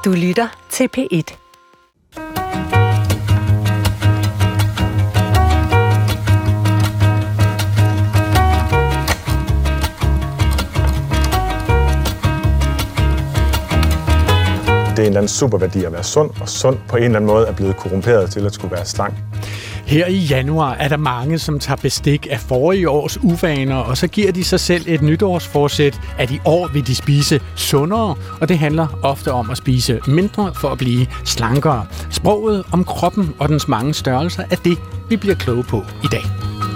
Du lytter til P1. Det er en eller anden superværdi at være sund, og sund på en eller anden måde er blevet korrumperet til at skulle være slank. Her i januar er der mange, som tager bestik af forrige års uvaner, og så giver de sig selv et nytårsforsæt, at i år vil de spise sundere, og det handler ofte om at spise mindre for at blive slankere. Sproget om kroppen og dens mange størrelser er det, vi bliver kloge på i dag.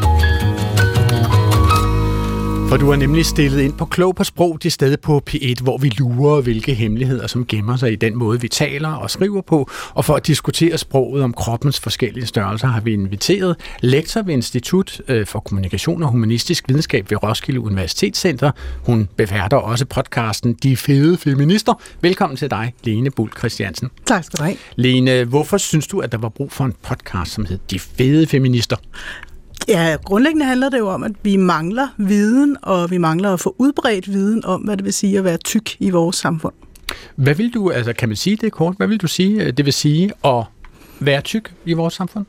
For du har nemlig stillet ind på Klog på Sprog, det sted på P1, hvor vi lurer, hvilke hemmeligheder, som gemmer sig i den måde, vi taler og skriver på. Og for at diskutere sproget om kroppens forskellige størrelser, har vi inviteret lektor ved Institut for Kommunikation og Humanistisk Videnskab ved Roskilde Universitetscenter. Hun beværter også podcasten De Fede Feminister. Velkommen til dig, Lene Buhl Christiansen. Tak skal du have. Lene, hvorfor synes du, at der var brug for en podcast, som hed De Fede Feminister? Ja, grundlæggende handler det jo om, at vi mangler viden, og vi mangler at få udbredt viden om, hvad det vil sige at være tyk i vores samfund. Hvad vil du, altså kan man sige det kort, hvad vil du sige, det vil sige at være tyk i vores samfund?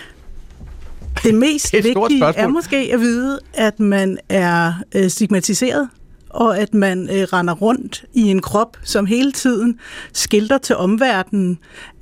Det mest vigtige er måske at vide, at man er stigmatiseret, og at man render rundt i en krop, som hele tiden skilter til omverdenen,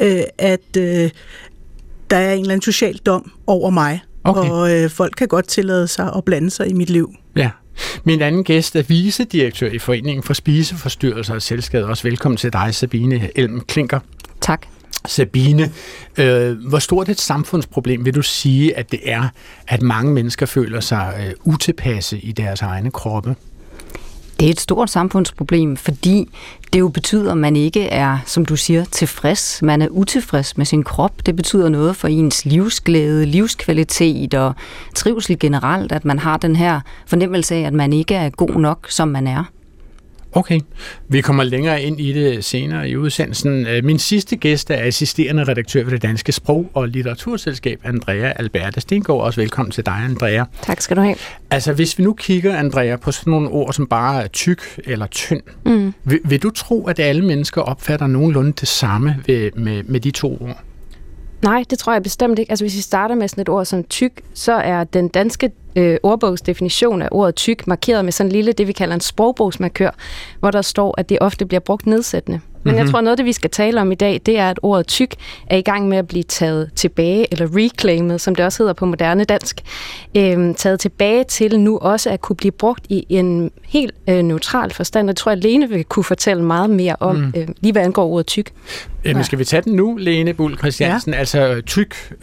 at der er en eller anden social dom over mig. Okay. Og folk kan godt tillade sig at blande sig i mit liv. Ja. Min anden gæst er vicedirektør i Foreningen for Spiseforstyrrelser og Selvskade. Også velkommen til dig, Sabine Elm Klinker. Tak. Sabine, hvor stort et samfundsproblem vil du sige, at det er, at mange mennesker føler sig utilpasse i deres egne kroppe? Det er et stort samfundsproblem, fordi det jo betyder, at man ikke er, som du siger, tilfreds. Man er utilfreds med sin krop. Det betyder noget for ens livsglæde, livskvalitet og trivsel generelt, at man har den her fornemmelse af, at man ikke er god nok, som man er. Okay, vi kommer længere ind i det senere i udsendelsen. Min sidste gæst er assisterende redaktør ved Det Danske Sprog- og Litteraturselskab, Andrea Alberte Stengård. Også velkommen til dig, Andrea. Tak skal du have. Altså, hvis vi nu kigger, Andrea, på sådan nogle ord, som bare er tyk eller tynd, vil du tro, at alle mennesker opfatter nogenlunde det samme med de to ord? Nej, det tror jeg bestemt ikke. Altså, hvis vi starter med sådan et ord som tyk, så er den danske ordbogsdefinition af ordet tyk markeret med sådan en lille, det vi kalder en sprogbogsmarkør, hvor der står, at det ofte bliver brugt nedsættende. Men jeg tror, noget af det, vi skal tale om i dag, det er, at ordet tyk er i gang med at blive taget tilbage, eller reclaimed, som det også hedder på moderne dansk, taget tilbage til nu også at kunne blive brugt i en helt neutral forstand. Jeg tror, at Lene vil kunne fortælle meget mere om, lige hvad angår ordet tyk. Men skal vi tage den nu, Lene Buhl Christiansen? Ja. Altså tyk,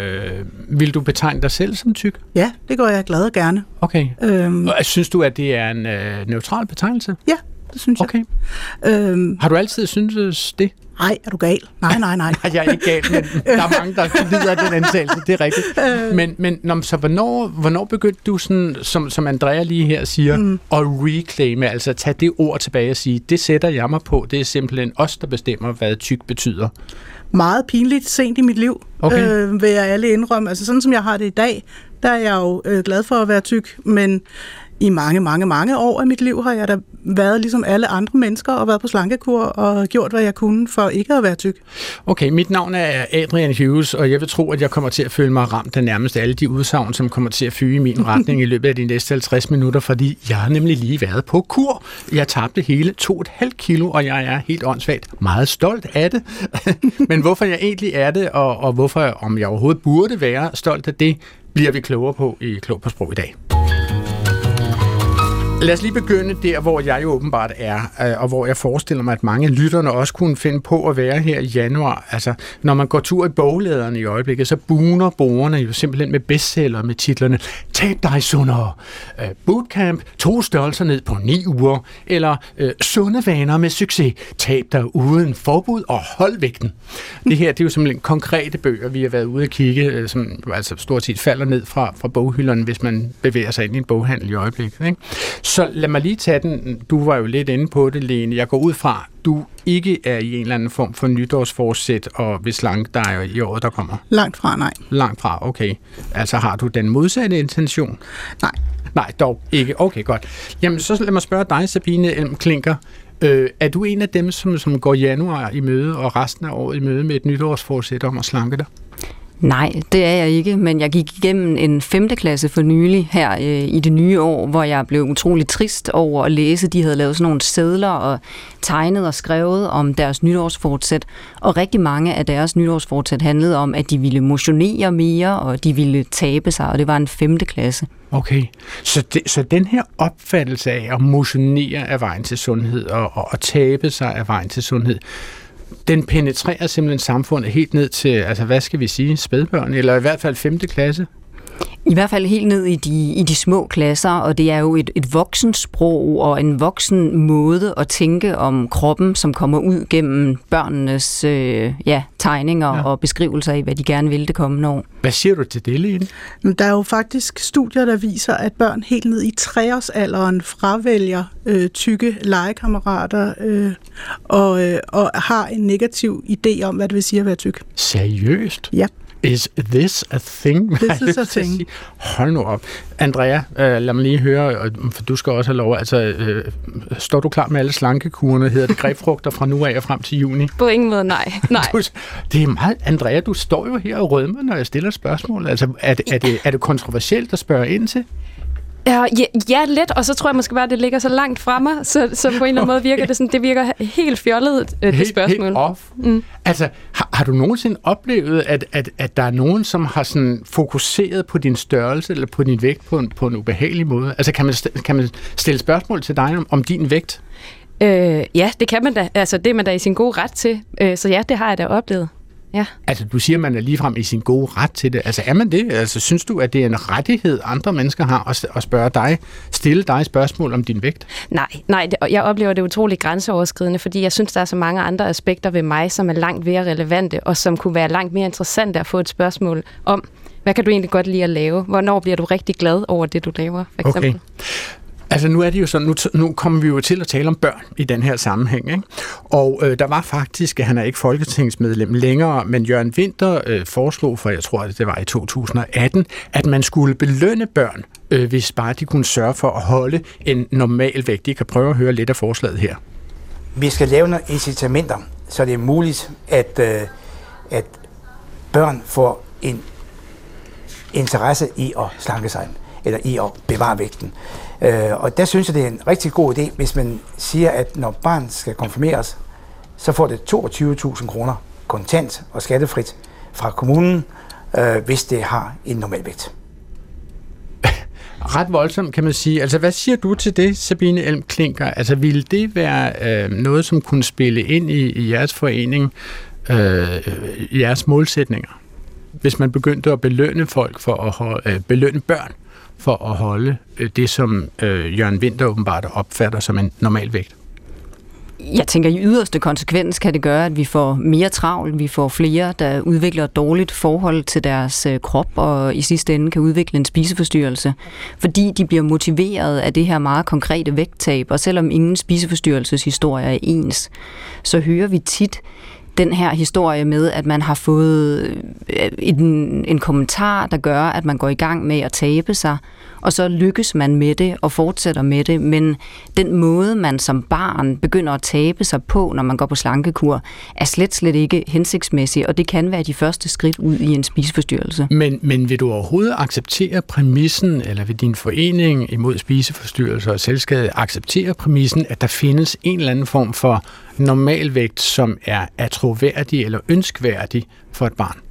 vil du betegne dig selv som tyk? Ja, det gør jeg glad og gerne. Okay. Synes du, at det er en neutral betegnelse? Ja, det synes jeg. Okay. Har du altid syntes det? Nej, er du gal? Nej. Nej, jeg er ikke gal, men der er mange, der lider af den antagelse, det er rigtigt. Men så hvornår begyndte du sådan, som Andrea lige her siger, at reclaime, altså tage det ord tilbage og sige, det sætter jeg mig på, det er simpelthen os, der bestemmer, hvad tyk betyder? Meget pinligt sent i mit liv, okay. Vil jeg alle indrømme. Altså sådan som jeg har det i dag, der er jeg jo glad for at være tyk, men i mange år af mit liv har jeg da været ligesom alle andre mennesker og været på slankekur og gjort, hvad jeg kunne for ikke at være tyk. Okay, mit navn er Adrian Hughes, og jeg vil tro, at jeg kommer til at føle mig ramt af nærmest alle de udsagn, som kommer til at fyge i min retning i løbet af de næste 50 minutter, fordi jeg har nemlig lige været på kur. Jeg tabte hele 2,5 kilo, og jeg er helt åndssvagt meget stolt af det. Men hvorfor jeg egentlig er det, og hvorfor om jeg overhovedet burde være stolt af det, bliver vi klogere på i Klog på Sprog i dag. Lad os lige begynde der, hvor jeg jo åbenbart er, og hvor jeg forestiller mig, at mange af lytterne også kunne finde på at være her i januar. Altså, når man går tur i bogladerne i øjeblikket, så buner brugerne jo simpelthen med bestseller med titlerne Tab dig sundere, Bootcamp, 2 størrelser ned på 9 uger, eller Sunde vaner med succes, tab dig uden forbud og hold vægten. Det her, det er jo simpelthen konkrete bøger, vi har været ude at kigge, som altså stort set falder ned fra boghylderne, hvis man bevæger sig ind i en boghandel i øjeblikket, ikke? Så lad mig lige tage den. Du var jo lidt inde på det, Lene. Jeg går ud fra, du ikke er i en eller anden form for nytårsforsæt og vil slanke dig i året, der kommer. Langt fra, nej. Langt fra, okay. Altså har du den modsatte intention? Nej. Nej, dog ikke. Okay, godt. Jamen, så lad mig spørge dig, Sabine Elm Klinker. Er du en af dem, som går januar i møde og resten af året i møde med et nytårsforsæt om at slanke dig? Nej, det er jeg ikke, men jeg gik igennem en 5. klasse for nylig her i det nye år, hvor jeg blev utrolig trist over at læse. De havde lavet sådan nogle sedler og tegnet og skrevet om deres nytårsfortsæt, og rigtig mange af deres nytårsfortsæt handlede om, at de ville motionere mere, og de ville tabe sig, og det var en 5. klasse. Okay, så den her opfattelse af at motionere af vejen til sundhed og tabe sig af vejen til sundhed, den penetrerer simpelthen samfundet helt ned til, altså hvad skal vi sige, spædbørn, eller i hvert fald 5. klasse? I hvert fald helt ned i de små klasser, og det er jo et voksensprog og en voksen måde at tænke om kroppen, som kommer ud gennem børnenes tegninger og beskrivelser af, hvad de gerne vil det kommende år. Hvad siger du til det, Lene? Der er jo faktisk studier, der viser, at børn helt ned i 3-årsalderen fravælger tykke legekammerater og har en negativ idé om, hvad det vil sige at være tyk. Seriøst? Ja. Is this a thing? This is a thing. Hold nu op. Andrea, lad mig lige høre, for du skal også have lov, står du klar med alle slankekurerne? Hedder det grebfrugter fra nu af og frem til juni? På ingen måde, nej. Det er meget, Andrea, du står jo her og rødmer, når jeg stiller spørgsmål. Altså, er det kontroversielt at spørge ind til? Ja, lidt, og så tror jeg måske bare, at det ligger så langt fra mig, så på en eller anden måde virker det sådan, det virker helt fjollet, det spørgsmål. Helt off. Altså, har du nogensinde oplevet, at der er nogen, som har sådan fokuseret på din størrelse eller på din vægt på en ubehagelig måde? Altså, kan man stille spørgsmål til dig om din vægt? Ja, det kan man da. Altså, det er man da i sin gode ret til. Så ja, det har jeg da oplevet. Ja. Altså, du siger, at man er ligefrem i sin gode ret til det. Altså, er man det? Altså, synes du, at det er en rettighed, andre mennesker har at stille dig spørgsmål om din vægt? Nej, jeg oplever det utroligt grænseoverskridende, fordi jeg synes, der er så mange andre aspekter ved mig, som er langt mere relevante, og som kunne være langt mere interessante at få et spørgsmål om. Hvad kan du egentlig godt lide at lave? Hvornår bliver du rigtig glad over det, du laver, for eksempel? Okay. Altså nu er det jo sådan, nu kommer vi jo til at tale om børn i den her sammenhæng, ikke? Og der var faktisk, han er ikke folketingsmedlem længere, men Jørgen Winther foreslog, for jeg tror, at det var i 2018, at man skulle belønne børn, hvis bare de kunne sørge for at holde en normal vægt. I kan prøve at høre lidt af forslaget her. Vi skal lave nogle incitamenter, så det er muligt, at børn får en interesse i at slanke sig, eller i at bevare vægten. Og der synes jeg, det er en rigtig god idé, hvis man siger, at når barn skal konfirmeres, så får det 22.000 kroner kontant og skattefrit fra kommunen, hvis det har en normal vægt. Ret voldsomt, kan man sige. Altså, hvad siger du til det, Sabine Elm Klinker? Altså, ville det være noget, som kunne spille ind i jeres forening, jeres målsætninger? Hvis man begyndte at belønne folk belønne børn for at holde det, som Jørgen Winther åbenbart opfatter som en normal vægt? Jeg tænker, i yderste konsekvens kan det gøre, at vi får mere travlt, vi får flere, der udvikler et dårligt forhold til deres krop, og i sidste ende kan udvikle en spiseforstyrrelse, fordi de bliver motiveret af det her meget konkrete vægttab, og selvom ingen spiseforstyrrelseshistorie er ens, så hører vi tit den her historie med, at man har fået en kommentar, der gør, at man går i gang med at tabe sig, og så lykkes man med det og fortsætter med det, men den måde, man som barn begynder at tabe sig på, når man går på slankekur, er slet ikke hensigtsmæssig, og det kan være de første skridt ud i en spiseforstyrrelse. Men vil du overhovedet acceptere præmissen, eller vil din forening imod spiseforstyrrelser og selvskade acceptere præmissen, at der findes en eller anden form for normalvægt, som er attråværdig eller ønskværdig for et barn?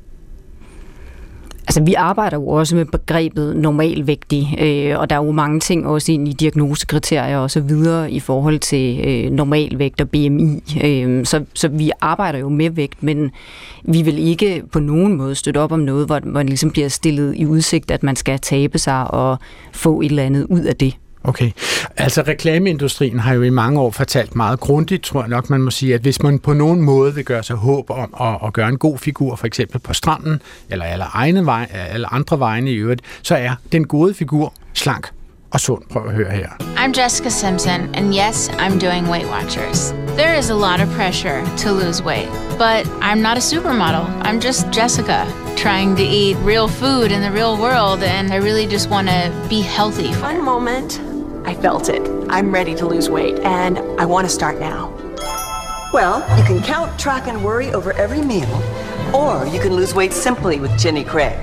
Altså, vi arbejder jo også med begrebet normalvægtig, og der er jo mange ting også ind i diagnosekriterier og så videre i forhold til normalvægt og BMI. Så vi arbejder jo med vægt, men vi vil ikke på nogen måde støtte op om noget, hvor man ligesom bliver stillet i udsigt, at man skal tabe sig og få et eller andet ud af det. Okay. Altså reklameindustrien har jo i mange år fortalt meget grundigt, tror jeg nok, man må sige, at hvis man på nogen måde vil gøre sig håb om at gøre en god figur, for eksempel på stranden, eller alle andre vegne i øvrigt, så er den gode figur slank og sund. Prøv at høre her. I'm Jessica Simpson, and yes, I'm doing Weight Watchers. There is a lot of pressure to lose weight, but I'm not a supermodel. I'm just Jessica, trying to eat real food in the real world, and I really just want to be healthy. One moment, I felt it. I'm ready to lose weight, and I want to start now. Well, you can count, track, and worry over every meal, or you can lose weight simply with Jenny Craig.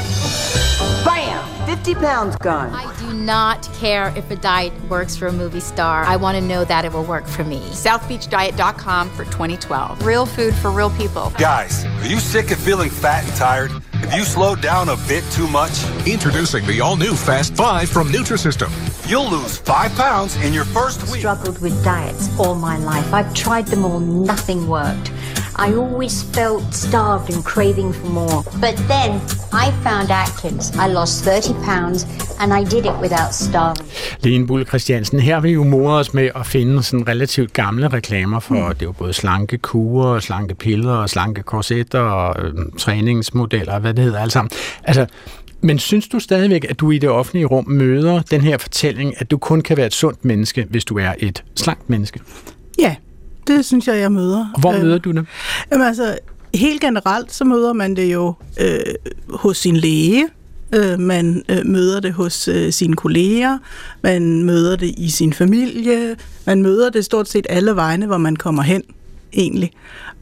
Bam! 50 pounds gone. I do not care if a diet works for a movie star. I want to know that it will work for me. SouthBeachDiet.com for 2012. Real food for real people. Guys, are you sick of feeling fat and tired? Have you slowed down a bit too much? Introducing the all-new Fast 5 from Nutrisystem. You'll lose 5 pounds in your first week. Struggled with diets all my life. I've tried them all, nothing worked. I always felt starved and craving for more. But then I found Atkins. I lost 30 pounds, and I did it without starving. Lene Bull Christiansen, her vil vi jo more os med at finde sådan relativt gamle reklamer for, det er jo både slanke kurer, slanke piller og slanke korsetter og træningsmodeller, hvad det hedder alt sammen. Altså, men synes du stadigvæk, at du i det offentlige rum møder den her fortælling, at du kun kan være et sundt menneske, hvis du er et slankt menneske? Ja, det synes jeg møder. Og hvor møder du det? Jamen altså, helt generelt, så møder man det jo hos sin læge, man møder det hos sine kolleger, man møder det i sin familie, man møder det stort set alle vegne, hvor man kommer hen, egentlig.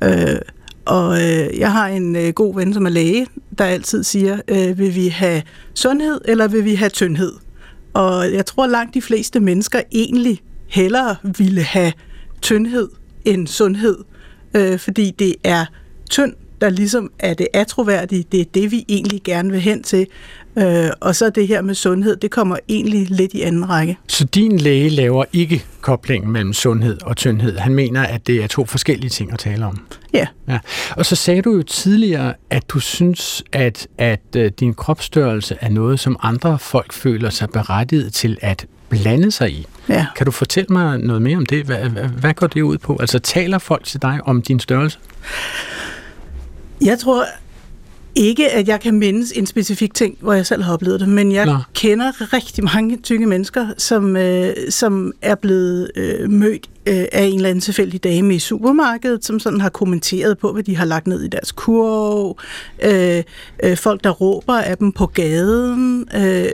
Og jeg har en god ven, som er læge, der altid siger, vil vi have sundhed, eller vil vi have tyndhed? Og jeg tror, langt de fleste mennesker egentlig hellere ville have tyndhed end sundhed, fordi det er tynd, der ligesom er det atroværdige, det er det, vi egentlig gerne vil hen til. Og så det her med sundhed, det kommer egentlig lidt i anden række. Så din læge laver ikke koblingen mellem sundhed og tyndhed. Han mener, at det er 2 forskellige ting at tale om. Ja. Og så sagde du jo tidligere, at du synes, at din kropsstørrelse er noget, som andre folk føler sig berettiget til at blande sig i. Ja. Kan du fortælle mig noget mere om det? Hvad går det ud på? Altså, taler folk til dig om din størrelse? Jeg tror ikke, at jeg kan mindes en specifik ting, hvor jeg selv har oplevet det, men jeg kender rigtig mange tykke mennesker, som er blevet mødt af en eller anden tilfældig dame i supermarkedet, som sådan har kommenteret på, hvad de har lagt ned i deres kurv, folk, der råber af dem på gaden,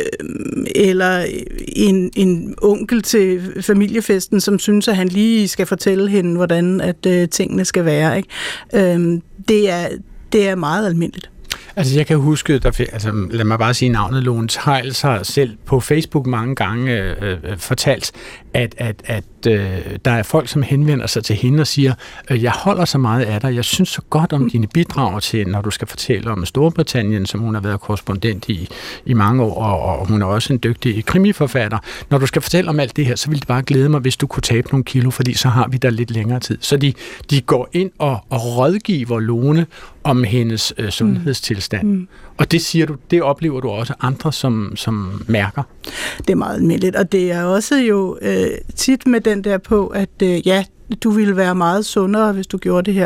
eller en onkel til familiefesten, som synes, at han lige skal fortælle hende, hvordan at tingene skal være. Ikke? Det er meget almindeligt. Altså, jeg kan huske, lad mig bare sige navnet, Lone Theils har selv på Facebook mange gange fortalt, at der er folk, som henvender sig til hende og siger, jeg holder så meget af dig, jeg synes så godt om dine bidrag til, når du skal fortælle om Storbritannien, som hun har været korrespondent i mange år, og hun er også en dygtig krimiforfatter. Når du skal fortælle om alt det her, så vil det bare glæde mig, hvis du kunne tabe nogle kilo, fordi så har vi der lidt længere tid. Så de går ind og rådgiver Lone om hendes sundhedstilstand. Og det siger du, det oplever du også andre, som mærker. Det er meget almindeligt, og det er også jo tit med den der på, at du ville være meget sundere, hvis du gjorde det her.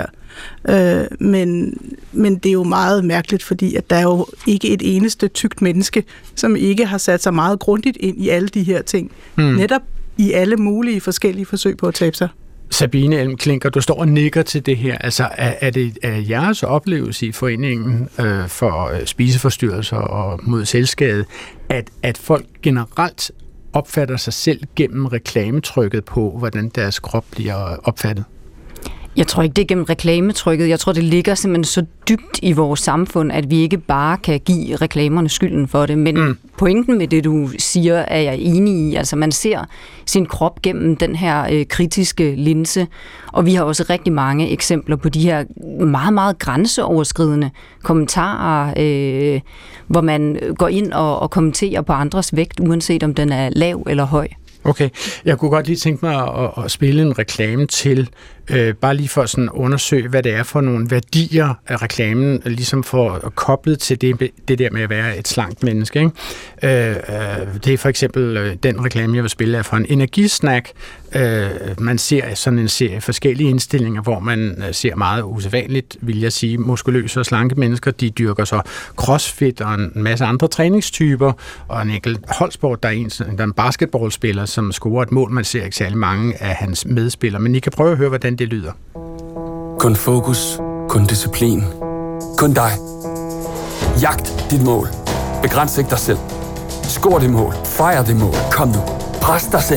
Men det er jo meget mærkeligt, fordi at der er jo ikke et eneste tykt menneske, som ikke har sat sig meget grundigt ind i alle de her ting. Netop i alle mulige forskellige forsøg på at tabe sig. Sabine Elm Klinker, du står og nikker til det her. Altså, er det jeres oplevelse i Foreningen for spiseforstyrrelser og mod selvskade, at folk generelt opfatter sig selv gennem reklametrykket på, hvordan deres krop bliver opfattet? Jeg tror ikke, det er gennem reklametrykket. Jeg tror, det ligger simpelthen så dybt i vores samfund, at vi ikke bare kan give reklamerne skylden for det. Men pointen med det, du siger, er jeg enig i. Altså, man ser sin krop gennem den her kritiske linse, og vi har også rigtig mange eksempler på de her meget, meget grænseoverskridende kommentarer, hvor man går ind og kommenterer på andres vægt, uanset om den er lav eller høj. Okay, jeg kunne godt lige tænke mig at spille en reklame til, bare lige for sådan at undersøge, hvad det er for nogle værdier af reklamen, ligesom for koblet til det der med at være et slankt menneske. Ikke? Det er for eksempel den reklame, jeg vil spille, er for en energisnack. Man ser sådan en serie forskellige indstillinger, hvor man ser meget usædvanligt, vil jeg sige, muskuløse og slanke mennesker. De dyrker så crossfit og en masse andre træningstyper, og en enkelt holdsport, der er en basketballspiller, som scorer et mål. Man ser ikke særlig mange af hans medspillere, men I kan prøve at høre, hvordan det lyder. Kun fokus, kun disciplin, kun dig. Jagt dit mål. Begræns ikke dig selv. Skor det mål. Fejr det mål. Kom nu. Pres dig selv.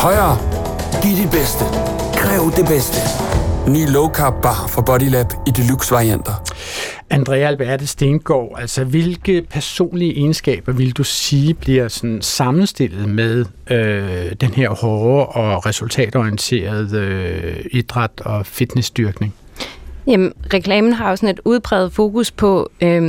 Højere. Giv dit bedste. Kræv det bedste. Ny low carb bar fra Bodylab i deluxe varianter. Andrea Alberte Stengård, altså hvilke personlige egenskaber vil du sige bliver sådan sammenstillet med den her hårde og resultatorienterede idræt og fitnessdyrkning? Jamen, reklamen har jo sådan et udpræget fokus på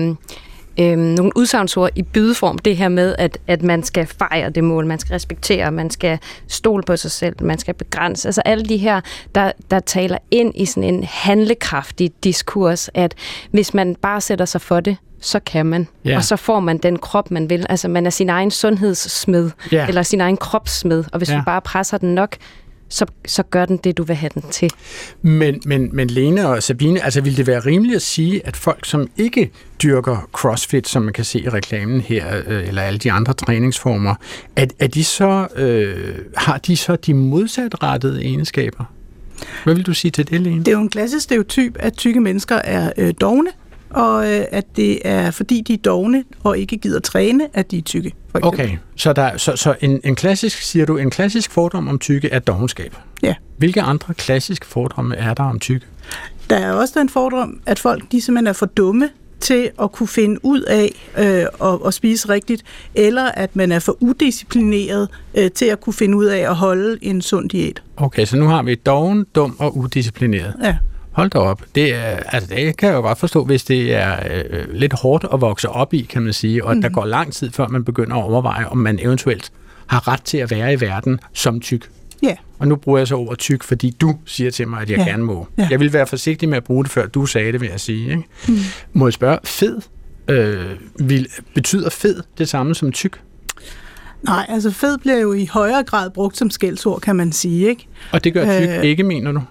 nogle udsagnsord i bydeform. Det her med, at man skal fejre det mål, man skal respektere, man skal stole på sig selv, man skal begrænse. Altså alle de her, der taler ind i sådan en handlekraftig diskurs, at hvis man bare sætter sig for det, så kan man. Yeah. Og så får man den krop, man vil. Altså man er sin egen sundhedssmed, eller sin egen kropssmed. Og hvis vi bare presser den nok, så gør den det, du vil have den til. Men Lene og Sabine, altså vil det være rimeligt at sige, at folk, som ikke dyrker CrossFit, som man kan se i reklamen her, eller alle de andre træningsformer, at de så, har de så de modsatrettede egenskaber? Hvad vil du sige til det, Lene? Det er jo en klassisk stereotyp, at tykke mennesker er dovne, og at det er fordi de er dovne og ikke gider træne, at de er tykke. Okay, så en klassisk, siger du, en klassisk fordom om tykke er dovenskab. Ja. Hvilke andre klassiske fordomme er der om tykke? Der er også den fordom, at folk de simpelthen er for dumme til at kunne finde ud af at spise rigtigt, eller at man er for udisciplineret til at kunne finde ud af at holde en sund diæt. Okay, så nu har vi doven, dum og udisciplineret. Ja. Hold da op. Det kan jeg jo godt forstå, hvis det er lidt hårdt at vokse op i, kan man sige, og der går lang tid, før man begynder at overveje, om man eventuelt har ret til at være i verden som tyk. Ja. Og nu bruger jeg så ordet tyk, fordi du siger til mig, at jeg gerne må. Ja. Jeg vil være forsigtig med at bruge det, før du sagde det, vil jeg sige. Ikke? Må jeg spørge, fed? Betyder fed det samme som tyk? Nej, altså fed bliver jo i højere grad brugt som skældsord, kan man sige. Ikke? Og det gør tyk ikke, mener du?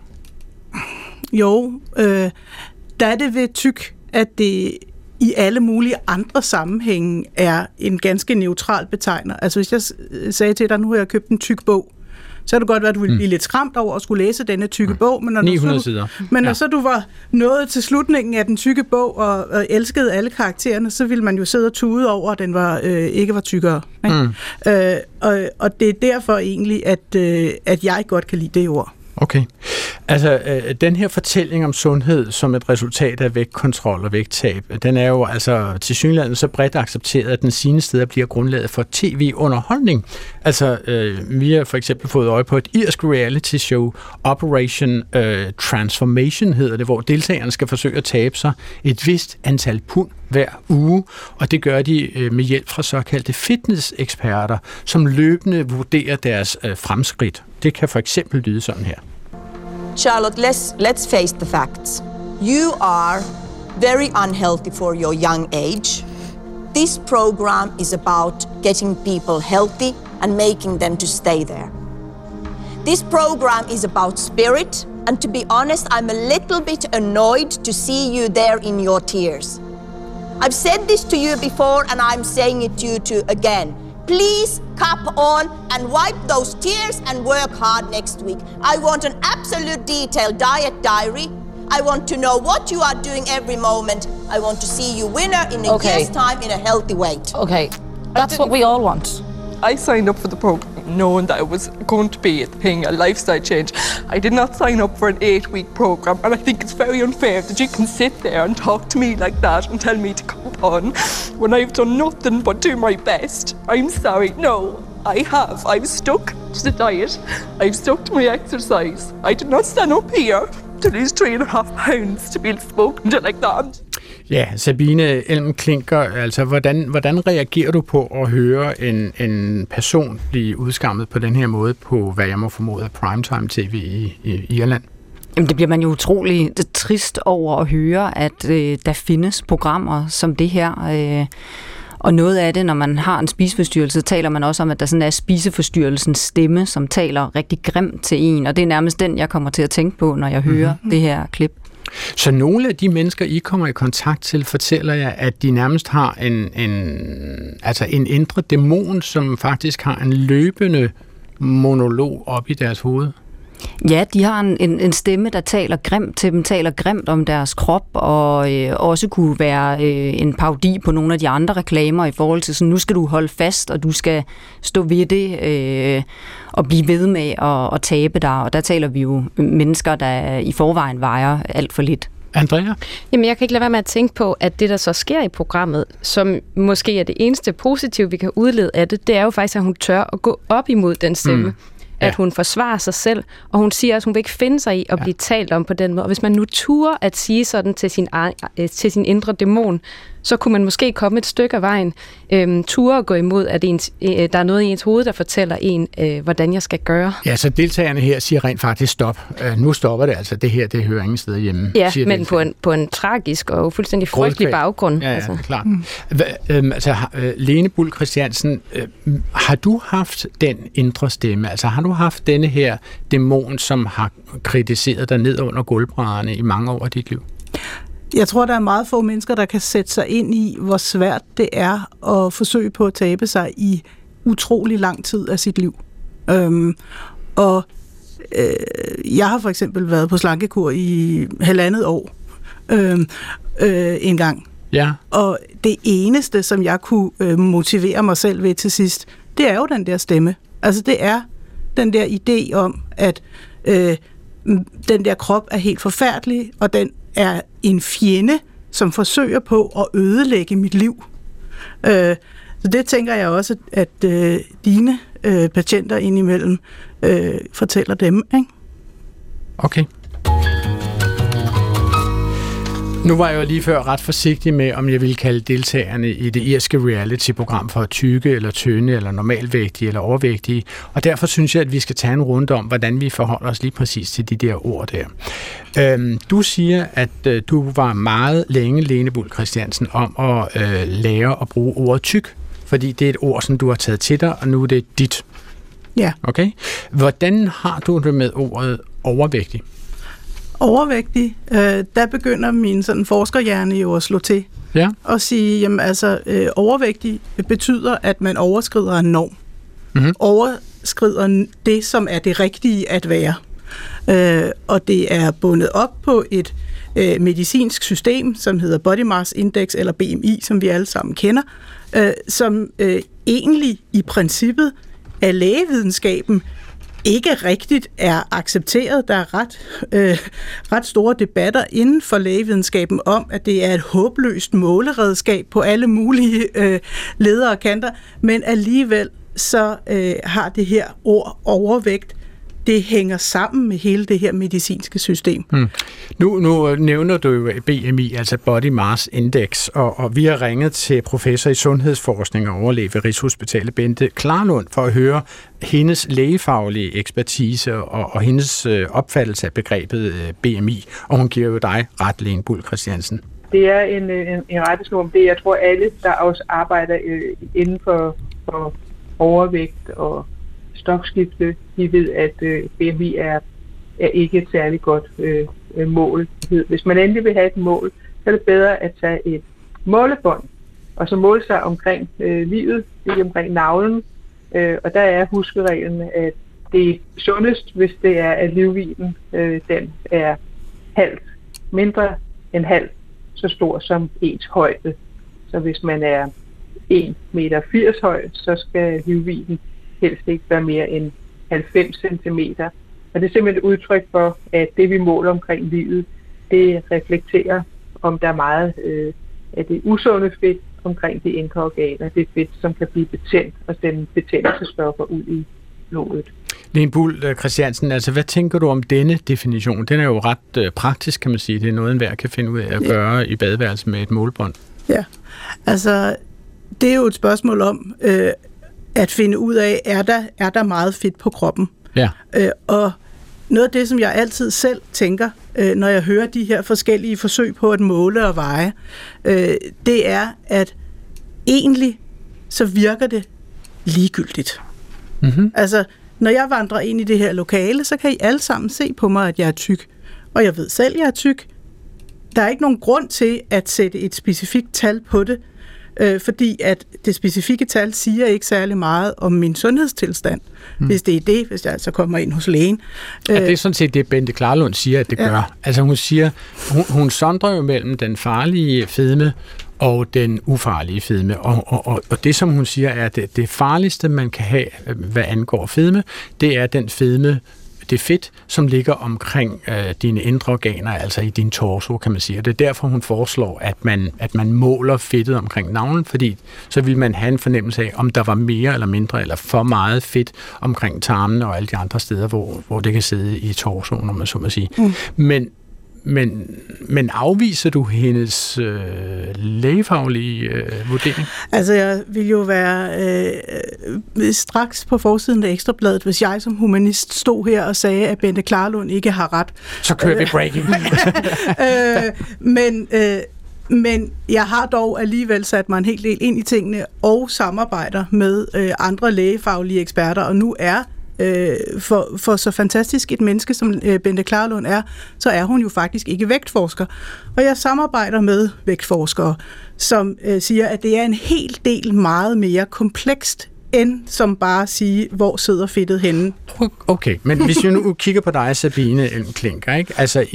Jo, der er det ved tyk, at det i alle mulige andre sammenhænge er en ganske neutral betegner. Altså hvis jeg sagde til dig, nu har jeg købt en tyk bog, så er det godt være, at du ville blive lidt skræmt over at skulle læse denne tykke bog. Men når 900 sider. Men når så du var nået til slutningen af den tykke bog og elskede alle karaktererne, så ville man jo sidde og tude over, at den ikke var tykkere. Og det er derfor egentlig, at jeg godt kan lide det ord. Okay. Altså, den her fortælling om sundhed som et resultat af vægtkontrol og vægttab, den er jo altså tilsyneladende så bredt accepteret, at den sine steder bliver grundlaget for tv-underholdning. Altså, vi har for eksempel fået øje på et irsk reality-show, Operation Transformation hedder det, hvor deltagerne skal forsøge at tabe sig et vist antal pund hver uge, og det gør de med hjælp fra såkaldte fitness-eksperter, som løbende vurderer deres fremskridt. Det kan for eksempel lyde sådan her. Charlotte, let's face the facts. You are very unhealthy for your young age. This program is about getting people healthy and making them to stay there. This program is about spirit, and to be honest, I'm a little bit annoyed to see you there in your tears. I've said this to you before, and I'm saying it to you too again. Please cap on and wipe those tears and work hard next week. I want an absolute detailed diet diary. I want to know what you are doing every moment. I want to see you winner in a year's time in a healthy weight. Okay, that's what we all want. I signed up for the program knowing that it was going to be a thing, a lifestyle change. I did not sign up for an 8-week program, and I think it's very unfair that you can sit there and talk to me like that and tell me to come on when I've done nothing but do my best. I'm sorry, no, I have. I've stuck to the diet. I've stuck to my exercise. I did not stand up here to lose 3.5 pounds to be spoken to like that. Ja, Sabine Elm Klinker, altså hvordan reagerer du på at høre en person blive udskammet på den her måde på, hvad jeg må formode, primetime tv i Irland? Jamen, det bliver man jo utrolig trist over at høre, at der findes programmer som det her. Og noget af det, når man har en spiseforstyrrelse, taler man også om, at der sådan er spiseforstyrrelsens stemme, som taler rigtig grimt til en. Og det er nærmest den, jeg kommer til at tænke på, når jeg hører det her klip. Så nogle af de mennesker, I kommer i kontakt til, fortæller jeg, at de nærmest har en indre dæmon, som faktisk har en løbende monolog op i deres hoved. Ja, de har en stemme, der taler grimt til dem, taler grimt om deres krop, og også kunne være en parodi på nogle af de andre reklamer i forhold til sådan, nu skal du holde fast, og du skal stå ved det, og blive ved med at tabe dig. Og der taler vi jo mennesker, der i forvejen vejer alt for lidt. Andrea? Jamen, jeg kan ikke lade være med at tænke på, at det, der så sker i programmet, som måske er det eneste positive, vi kan udlede af det, det er jo faktisk, at hun tør at gå op imod den stemme. At hun forsvarer sig selv, og hun siger, at hun vil ikke finde sig i at blive talt om på den måde. Og hvis man nu turer at sige sådan til sin indre dæmon, så kunne man måske komme et stykke af vejen. Ture at gå imod, at der er noget i ens hoved, der fortæller en, hvordan jeg skal gøre. Ja, så deltagerne her siger rent faktisk stop. Nu stopper det altså. Det her, det hører ingen steder hjemme. Ja, men på en tragisk og fuldstændig frygtelig baggrund. Ja, altså. Klart. Lene Buhl Christiansen, har du haft den indre stemme? Altså har du haft denne her dæmon, som har kritiseret dig ned under gulvbrædderne i mange år af dit liv? Jeg tror, der er meget få mennesker, der kan sætte sig ind i, hvor svært det er at forsøge på at tabe sig i utrolig lang tid af sit liv. Jeg har for eksempel været på slankekur i 1,5 år en gang. Ja. Og det eneste, som jeg kunne motivere mig selv ved til sidst, det er jo den der stemme. Altså det er den der idé om, at den der krop er helt forfærdelig, og den er en fjende, som forsøger på at ødelægge mit liv. Så det tænker jeg også, at dine patienter indimellem fortæller dem, ikke? Okay. Nu var jeg jo lige før ret forsigtig med, om jeg ville kalde deltagerne i det irske reality-program for tykke eller tynde eller normalvægtige eller overvægtige. Og derfor synes jeg, at vi skal tage en runde om, hvordan vi forholder os lige præcis til de der ord der. Du siger, at du var meget længe, Lene Buhl Christiansen, om at lære at bruge ordet tyk, fordi det er et ord, som du har taget til dig, og nu er det dit. Ja. Okay? Hvordan har du det med ordet overvægtig? Overvægtig, der begynder min sådan forskerhjerne jo at slå til. Ja. Og sige, jamen altså, overvægtig betyder, at man overskrider en norm. Mm-hmm. Overskrider det, som er det rigtige at være. Og det er bundet op på et medicinsk system, som hedder Body Mass Index, eller BMI, som vi alle sammen kender, som egentlig i princippet af lægevidenskaben ikke rigtigt er accepteret. Der er ret store debatter inden for lægevidenskaben om, at det er et håbløst måleredskab på alle mulige ledere og kanter, men alligevel så har det her ord overvægt, det hænger sammen med hele det her medicinske system. Nu nævner du jo BMI, altså Body Mass Index, og vi har ringet til professor i sundhedsforskning og overlæge ved Rigshospitalet, Bente Klarlund, for at høre hendes lægefaglige ekspertise og hendes opfattelse af begrebet BMI, og hun giver jo dig ret, Lene Buhl Christiansen. Det er en rettesnor om det. Jeg tror, alle, der også arbejder inden for overvægt og stokskifte, de ved, at BMI er ikke et særligt godt mål. Hvis man endelig vil have et mål, så er det bedre at tage et målebånd, og så måle sig omkring livet, ikke omkring navlen. Og der er huskereglen, at det er sundest, hvis det er, at livvidden den er halvt, mindre end halvt så stor som ens højde. Så hvis man er 1,80 meter høj, så skal livvidden helst ikke være mere end 90 cm. Og det er simpelthen et udtryk for, at det vi måler omkring livet, det reflekterer, om der er meget af det usunde fedt omkring de indre organer. Det er fedt, som kan blive betændt og sende betændelsesstoffer ud i blodet. Lene Buhl Christiansen, altså hvad tænker du om denne definition? Den er jo ret praktisk, kan man sige. Det er noget, enhver kan finde ud af at gøre i badeværelset med et målebånd. Ja, altså det er jo et spørgsmål om at finde ud af, er der meget fedt på kroppen? Ja. Og noget af det, som jeg altid selv tænker, når jeg hører de her forskellige forsøg på at måle og veje, det er, at egentlig så virker det ligegyldigt. Mm-hmm. Altså, når jeg vandrer ind i det her lokale, så kan I alle sammen se på mig, at jeg er tyk. Og jeg ved selv, at jeg er tyk. Der er ikke nogen grund til at sætte et specifikt tal på det. fordi at det specifikke tal siger ikke særlig meget om min sundhedstilstand, hvis jeg altså kommer ind hos lægen. Det er sådan set det, Bente Klarlund siger, at det gør. Altså hun siger, hun sondrer jo mellem den farlige fedme og den ufarlige fedme. Og det, som hun siger, er, at det farligste, man kan have, hvad angår fedme, det er den fedme, det fedt, som ligger omkring dine indre organer, altså i din torso, kan man sige. Og det er derfor, hun foreslår, at man måler fedtet omkring navlen, fordi så vil man have en fornemmelse af, om der var mere eller mindre, eller for meget fedt omkring tarmene og alle de andre steder, hvor det kan sidde i torsoen, om man så må sige. Men afviser du hendes lægefaglige vurdering? Altså, jeg vil jo være straks på forsiden af Ekstrabladet, hvis jeg som humanist stod her og sagde, at Bente Klarlund ikke har ret. Så kører vi breaking. Men jeg har dog alligevel sat mig en hel del ind i tingene og samarbejder med andre lægefaglige eksperter, og nu er for så fantastisk et menneske, som Bente Klarlund er, så er hun jo faktisk ikke vægtforsker. Og jeg samarbejder med vægtforskere, som siger, at det er en hel del meget mere komplekst, end som bare at sige, hvor sidder fedtet henne. Okay, men hvis vi nu kigger på dig, Sabine Elm-Klinker, ikke? Altså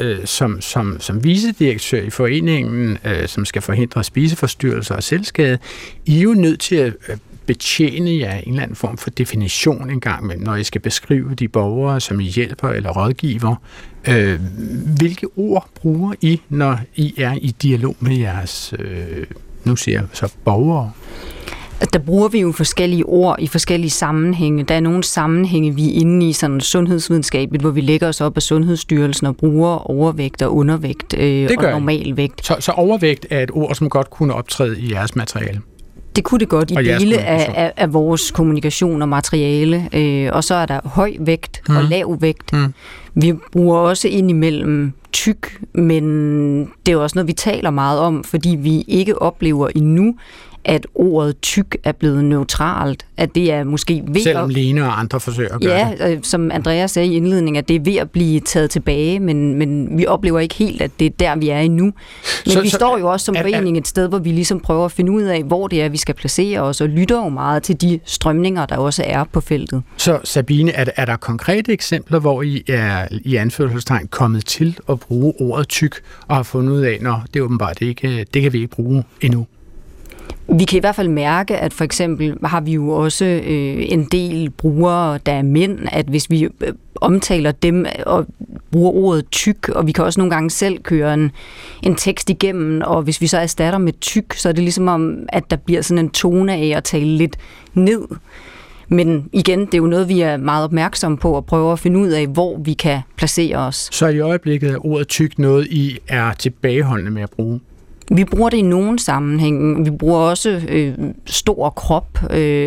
som vicedirektør i foreningen, som skal forhindre spiseforstyrrelser og selvskade, I er jo nødt til at betjene jer en eller anden form for definition en gang imellem, når I skal beskrive de borgere, som I hjælper eller rådgiver. Hvilke ord bruger I, når I er i dialog med jeres, nu siger jeg så, borgere? Der bruger vi jo forskellige ord i forskellige sammenhænge. Der er nogle sammenhænge, vi er inde i sådan sundhedsvidenskabeligt, hvor vi lægger os op af Sundhedsstyrelsen og bruger overvægt og undervægt og normalvægt. Så overvægt er et ord, som godt kunne optræde i jeres materiale? Det kunne det godt i dele af vores kommunikation og materiale. Og så er der høj vægt og lav vægt. Vi bruger også indimellem tyk, men det er også noget, vi taler meget om, fordi vi ikke oplever endnu, at ordet tyk er blevet neutralt, at det er måske ved selvom Lene og andre forsøger at gøre det. Ja, som Andreas sagde i indledningen, at det er ved at blive taget tilbage, men vi oplever ikke helt, at det er der, vi er endnu. Men vi står jo også som forening et sted, hvor vi ligesom prøver at finde ud af, hvor det er, vi skal placere os, og lytter jo meget til de strømninger, der også er på feltet. Så Sabine, er der konkrete eksempler, hvor I er i anførselstegn kommet til at bruge ordet tyk, og har fundet ud af, når det er åbenbart ikke, det kan vi ikke bruge endnu? Vi kan i hvert fald mærke, at for eksempel har vi jo også en del brugere, der er mænd, at hvis vi omtaler dem og bruger ordet tyk, og vi kan også nogle gange selv køre en tekst igennem, og hvis vi så erstatter med tyk, så er det ligesom om, at der bliver sådan en tone af at tale lidt ned. Men igen, det er jo noget, vi er meget opmærksomme på og prøver at finde ud af, hvor vi kan placere os. Så i øjeblikket er ordet tyk noget, I er tilbageholdende med at bruge? Vi bruger det i nogen sammenhæng. Vi bruger også stor krop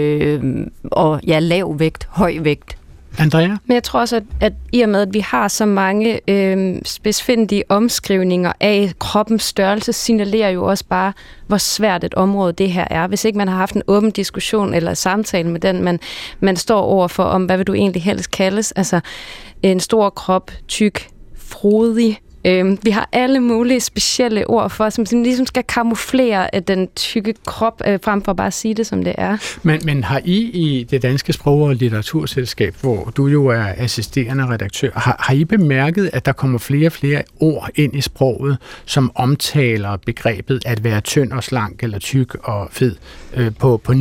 og lav vægt, høj vægt. Andrea? Men jeg tror også, at i og med, at vi har så mange spidsfindige omskrivninger af kroppens størrelse, signalerer jo også bare, hvor svært et område det her er. Hvis ikke man har haft en åben diskussion eller samtale med den, man står overfor om, hvad vil du egentlig helst kaldes? Altså en stor krop, tyk, frodig. Vi har alle mulige specielle ord for, som ligesom skal kamuflere den tykke krop, frem for bare at sige det, som det er. Men har I det Danske Sprog- og Litteraturselskab, hvor du jo er assisterende redaktør, har I bemærket, at der kommer flere og flere ord ind i sproget, som omtaler begrebet at være tynd og slank, eller tyk og fed, på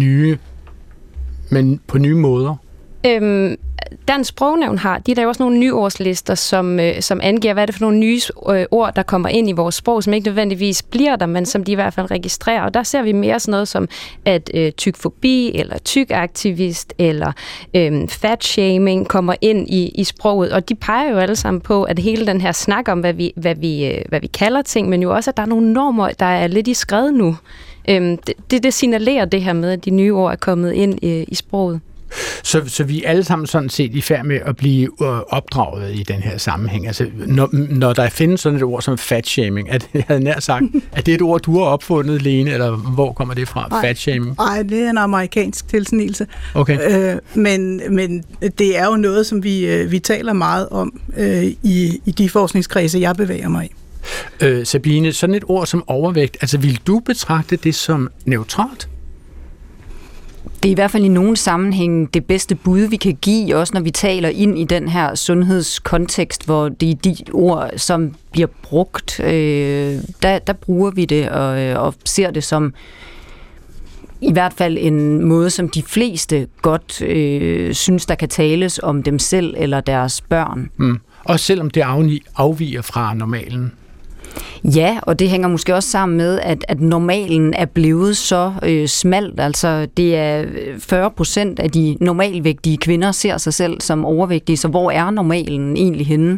nye måder? Dansk Sprognævn har, de der jo også nogle nyordslister, som angiver, hvad er det for nogle nye ord, der kommer ind i vores sprog, som ikke nødvendigvis bliver der, men som de i hvert fald registrerer. Og der ser vi mere sådan noget som, at tykfobi, eller tykaktivist, eller fatshaming kommer ind i sproget. Og de peger jo alle sammen på, at hele den her snak om, hvad vi kalder ting, men jo også, at der er nogle normer, der er lidt i skred nu. Det signalerer det her med, at de nye ord er kommet ind i sproget. Så vi er alle sammen sådan set i færd med at blive opdraget i den her sammenhæng. Altså, når der findes sådan et ord som fatshaming, jeg havde nær sagt, at det er et ord, du har opfundet, Lene, eller hvor kommer det fra, fatshaming? Nej, det er en amerikansk tilsnigelse. Okay. Men det er jo noget, som vi taler meget om i de forskningskredse, jeg bevæger mig i. Sabine, sådan et ord som overvægt, altså vil du betragte det som neutralt? Det er i hvert fald i nogle sammenhæng det bedste bud, vi kan give, også når vi taler ind i den her sundhedskontekst, hvor det er de ord, som bliver brugt, der bruger vi det og ser det som i hvert fald en måde, som de fleste godt synes, der kan tales om dem selv eller deres børn. Også selvom det afviger fra normalen. Ja, og det hænger måske også sammen med, at normalen er blevet så smalt. Altså, det er 40% af de normalvægtige kvinder ser sig selv som overvægtige, så hvor er normalen egentlig henne?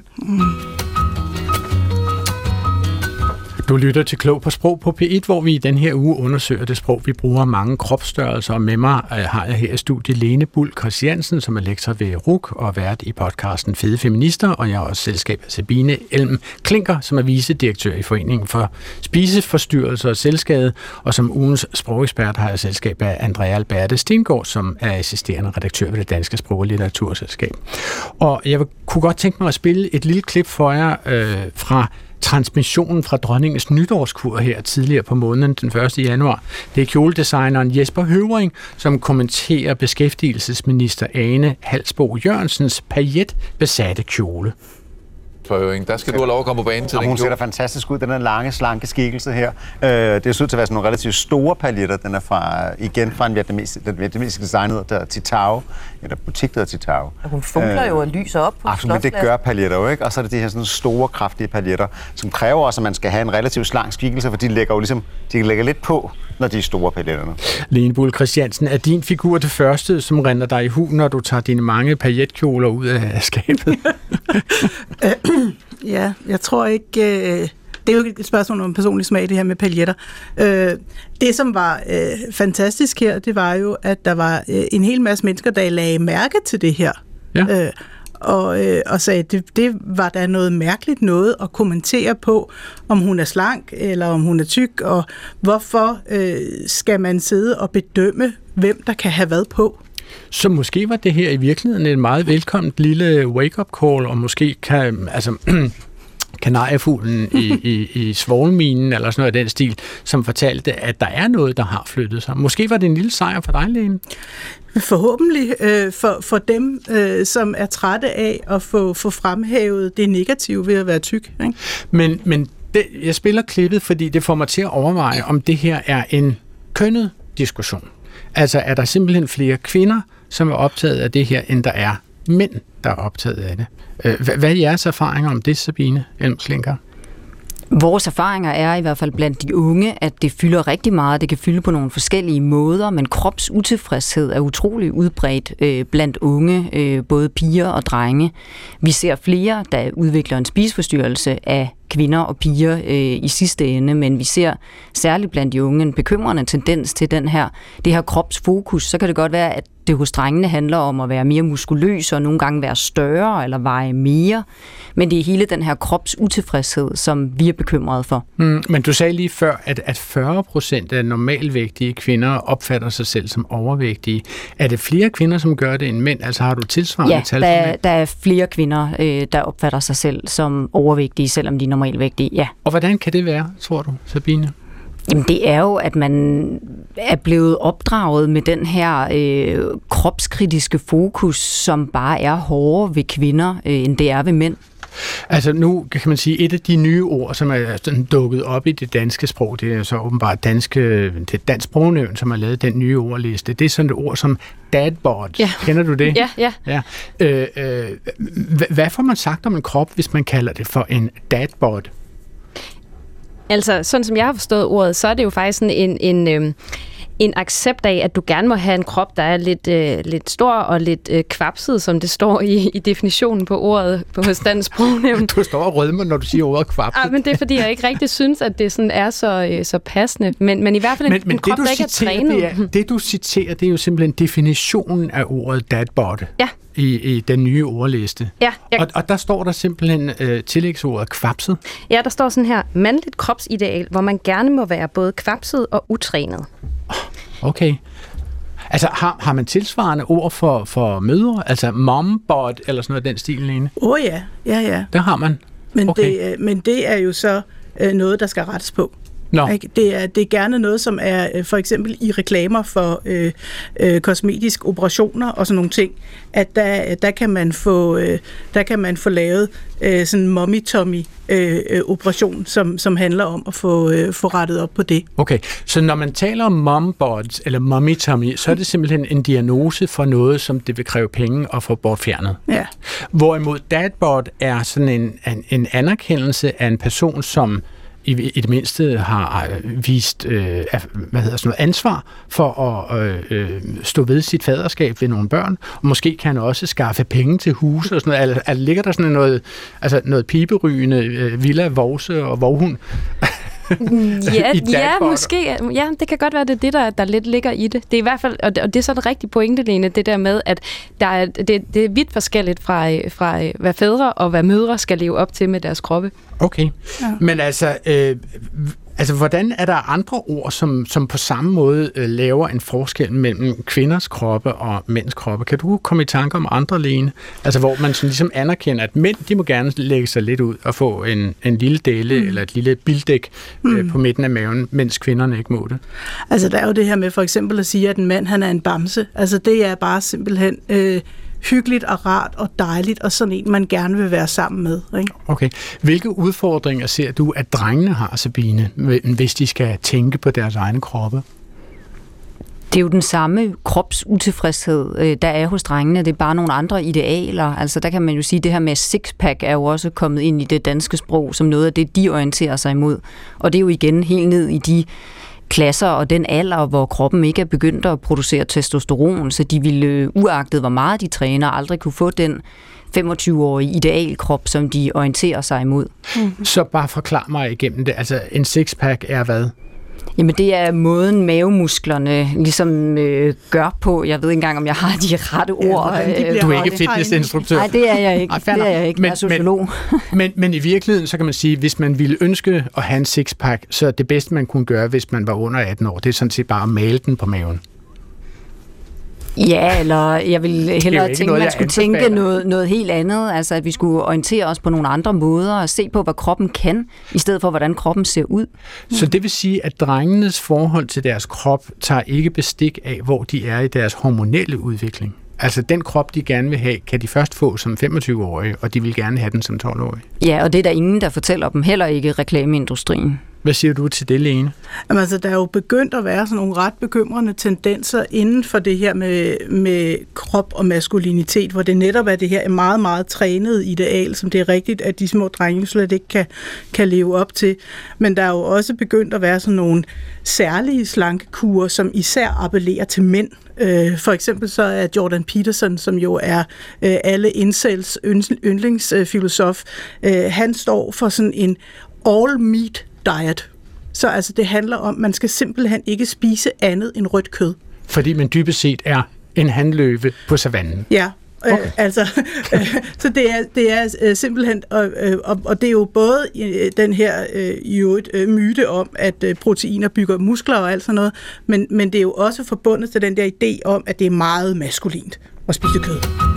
Du lytter til Klog på Sprog på P1, hvor vi i den her uge undersøger det sprog, vi bruger mange kropsstørrelser. Og med mig har jeg her i studiet Lene Buhl Christiansen, som er lektor ved RUC og vært i podcasten Fede Feminister. Og jeg har også selskab af Sabine Elm Klinker, som er vicedirektør i Foreningen for Spiseforstyrrelser og Selvskade. Og som ugens sprogekspert har jeg selskab af Andrea Alberte Stengård, som er assisterende redaktør ved det Danske Sprog- og Litteraturselskab. Og jeg kunne godt tænke mig at spille et lille klip for jer fra transmissionen fra dronningens nytårskur her tidligere på måneden, den 1. januar. Det er kjoledesigneren Jesper Høvring, som kommenterer beskæftigelsesminister Ane Halsboe Jørgensens pailletbesatte kjole. Der skal du have lov at komme på banen til den. Hun ser fantastisk ud, den er lange, slanke skikkelse her. Det ser ud til at være sådan nogle relativt store paljetter. Den er fra en vietnamesisk designer, der Titao, eller butik, der hedder Titao. Hun funkler jo og lyser op på absolut, det gør paljetter jo, ikke? Og så er det de her sådan store, kraftige paljetter, som kræver også, at man skal have en relativt slank skikkelse, for de lægger jo ligesom, de lægger lidt på, når de er store paljetterne. Lene Buhl Christiansen, er din figur det første, som render dig i hu, når du tager dine mange paljetkjoler ud af skabet? Ja, jeg tror ikke... Det er jo et spørgsmål om personlig smag, det her med paljetter. Det, som var fantastisk her, det var jo, at der var en hel masse mennesker, der lagde mærke til det her. Ja. Og sagde, det var da noget mærkeligt noget at kommentere på, om hun er slank, eller om hun er tyk, og hvorfor skal man sidde og bedømme, hvem der kan have hvad på. Så måske var det her i virkeligheden et meget velkomment lille wake-up call, og måske kan, kanariefuglen i svovlminen, eller sådan noget af den stil, som fortalte, at der er noget, der har flyttet sig. Måske var det en lille sejr for dig, Lene? Forhåbentlig for dem, som er trætte af at få fremhævet det negative ved at være tyk. Ikke? Men jeg spiller klippet, fordi det får mig til at overveje, om det her er en kønnet diskussion. Altså er der simpelthen flere kvinder, som er optaget af det her, end der er mænd, der er optaget af det. Hvad er jeres erfaringer om det, Sabine Elm Klinker? Vores erfaringer er i hvert fald blandt de unge, at det fylder rigtig meget. Det kan fylde på nogle forskellige måder, men kropsutilfredshed er utrolig udbredt blandt unge, både piger og drenge. Vi ser flere, der udvikler en spiseforstyrrelse af kvinder og piger i sidste ende, men vi ser særligt blandt de unge en bekymrende tendens til det her kropsfokus. Så kan det godt være, at det hos drengene handler om at være mere muskuløs og nogle gange være større eller veje mere, men det er hele den her kropsutilfredshed, som vi er bekymrede for. Men du sagde lige før, at 40% af normalvægtige kvinder opfatter sig selv som overvægtige. Er det flere kvinder, som gør det end mænd? Altså har du tilsvarende tal for mænd? Der er flere kvinder, der opfatter sig selv som overvægtige, selvom de er normalvægtige, ja. Og hvordan kan det være, tror du, Sabine? Jamen det er jo, at man er blevet opdraget med den her kropskritiske fokus, som bare er hårdere ved kvinder, end det er ved mænd. Altså nu kan man sige, et af de nye ord, som er sådan dukket op i det danske sprog, det er så åbenbart det Dansk Sprognævn, som har lavet den nye ordliste. Det er sådan et ord som dadbod. Ja. Kender du det? Ja. Hvad får man sagt om en krop, hvis man kalder det for en dadbod? Altså, sådan som jeg har forstået ordet, så er det jo faktisk sådan en accept af, at du gerne må have en krop, der er lidt stor og lidt kvapset, som det står i definitionen på ordet hos Dansk Sprognævn. Du står og rødmer, når du siger ordet kvapset. Ja, men det er, fordi jeg ikke rigtig synes, at det sådan er så passende. Men i hvert fald en krop, der ikke er trænet. Det, du citerer, det er jo simpelthen definitionen af ordet dadbod. Ja. I den nye ordliste. Ja, og der står der simpelthen tillægsordet kvapset. Ja, der står sådan her, mandligt kropsideal, hvor man gerne må være både kvapset og utrænet. Okay. Altså, har man tilsvarende ord for mødre? Altså mombod eller sådan noget den stil, Lene? Ja. Der har man. Men det er jo så noget, der skal rettes på. No. Det er gerne noget, som er for eksempel i reklamer for kosmetiske operationer og sådan nogle ting, at der kan man få lavet sådan en mommy-tommy operation, som handler om at få rettet op på det. Okay, så når man taler om mom-bods eller mommy-tommy, så er det simpelthen en diagnose for noget, som det vil kræve penge at få bortfjernet. Ja. Hvorimod dadbod er sådan en anerkendelse af en person, som i det mindste har vist ansvar for at stå ved sit faderskab ved nogle børn, og måske kan han også skaffe penge til huse og sådan noget. Ligger der sådan noget piberygende villa, vovse og vovhund? Ja, måske. Ja, det kan godt være, det er det, der lidt ligger i det. Det er i hvert fald, og det er så en rigtig pointe, Lene, det der med, at det er vidt forskelligt fra, hvad fædre og hvad mødre skal leve op til med deres kroppe. Okay. Ja. Men altså, hvordan er der andre ord, som på samme måde laver en forskel mellem kvinders kroppe og mænds kroppe? Kan du komme i tanke om andre, Lene? Altså, hvor man sådan ligesom anerkender, at mænd, de må gerne lægge sig lidt ud og få en lille dele eller et lille bildæk på midten af maven, mens kvinderne ikke må det. Altså, der er jo det her med for eksempel at sige, at en mand, han er en bamse. Altså, det er bare simpelthen hyggeligt og rart og dejligt, og sådan en, man gerne vil være sammen med. Ikke? Okay. Hvilke udfordringer ser du, at drengene har, Sabine, hvis de skal tænke på deres egne kroppe? Det er jo den samme kropsutilfredshed, der er hos drengene. Det er bare nogle andre idealer. Altså, der kan man jo sige, at det her med sixpack er jo også kommet ind i det danske sprog, som noget af det, de orienterer sig imod. Og det er jo igen helt ned i de klasser og den alder, hvor kroppen ikke er begyndt at producere testosteron, så de ville, uagtet hvor meget de træner, aldrig kunne få den 25-årige idealkrop, som de orienterer sig imod. Så bare forklar mig igennem det. Altså, en sixpack er hvad? Jamen, det er måden mavemusklerne ligesom gør på. Jeg ved ikke engang, om jeg har de rette ord. Du er ikke fitnessinstruktør. Nej, det er jeg ikke. Det er jeg ikke. Jeg er sociolog. Men i virkeligheden, så kan man sige, hvis man ville ønske at have en sixpack, så det bedste, man kunne gøre, hvis man var under 18 år, det er sådan set bare at male den på maven. Ja, eller jeg vil hellere tænke, at man skulle tænke noget helt andet. Altså, at vi skulle orientere os på nogle andre måder og se på, hvad kroppen kan, i stedet for, hvordan kroppen ser ud. Så det vil sige, at drengenes forhold til deres krop tager ikke bestik af, hvor de er i deres hormonelle udvikling. Altså, den krop, de gerne vil have, kan de først få som 25-årige, og de vil gerne have den som 12-årige. Ja, og det er der ingen, der fortæller dem, heller ikke reklameindustrien. Hvad siger du til det, Lene? Jamen, altså, der er jo begyndt at være sådan nogle ret bekymrende tendenser inden for det her med krop og maskulinitet, hvor det netop er det her meget, meget trænede ideal, som det er rigtigt, at de små drenge slet ikke kan leve op til. Men der er jo også begyndt at være sådan nogle særlige slankekurer, som især appellerer til mænd. For eksempel så er Jordan Peterson, som jo er alle incels yndlingsfilosof, han står for sådan en all-meat diet. Så altså, det handler om, at man skal simpelthen ikke spise andet end rødt kød. Fordi man dybest set er en hanløve på savannen. Ja, okay. Så det er simpelthen, og det er jo både den her myte om, at proteiner bygger muskler og alt sådan noget, men det er jo også forbundet til den der idé om, at det er meget maskulint at spise kød.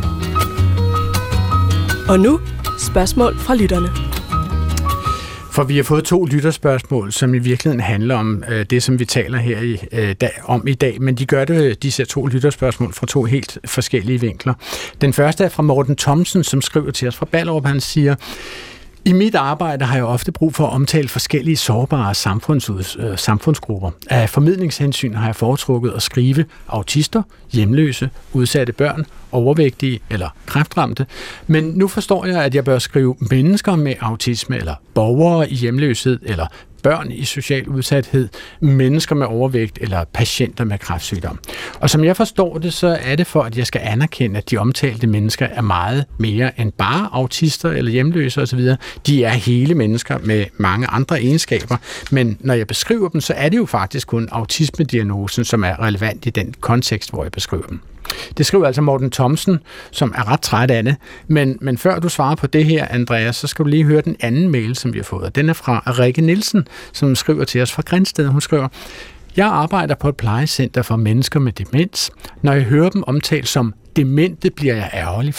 Og nu spørgsmål fra lytterne. For vi har fået 2 lytterspørgsmål, som i virkeligheden handler om det, som vi taler her om i dag. Men de gør det, disse 2 lytterspørgsmål, fra 2 helt forskellige vinkler. Den første er fra Morten Thomsen, som skriver til os fra Ballerup. Han siger: I mit arbejde har jeg ofte brug for at omtale forskellige sårbare samfundsgrupper. Af formidlingshensyn har jeg foretrukket at skrive autister, hjemløse, udsatte børn, overvægtige eller kræftramte. Men nu forstår jeg, at jeg bør skrive mennesker med autisme, eller borgere i hjemløshed, eller børn i social udsathed, mennesker med overvægt eller patienter med kræftsygdom. Og som jeg forstår det, så er det for, at jeg skal anerkende, at de omtalte mennesker er meget mere end bare autister eller hjemløse osv. De er hele mennesker med mange andre egenskaber, men når jeg beskriver dem, så er det jo faktisk kun autismediagnosen, som er relevant i den kontekst, hvor jeg beskriver dem. Det skriver altså Morten Thomsen, som er ret træt af det. Men før du svarer på det her, Andreas, så skal du lige høre den anden mail, som vi har fået. Den er fra Rikke Nielsen, som skriver til os fra Grindsted. Hun skriver: Jeg arbejder på et plejecenter for mennesker med demens. Når jeg hører dem omtalt som demente, bliver jeg ærgerlig, for de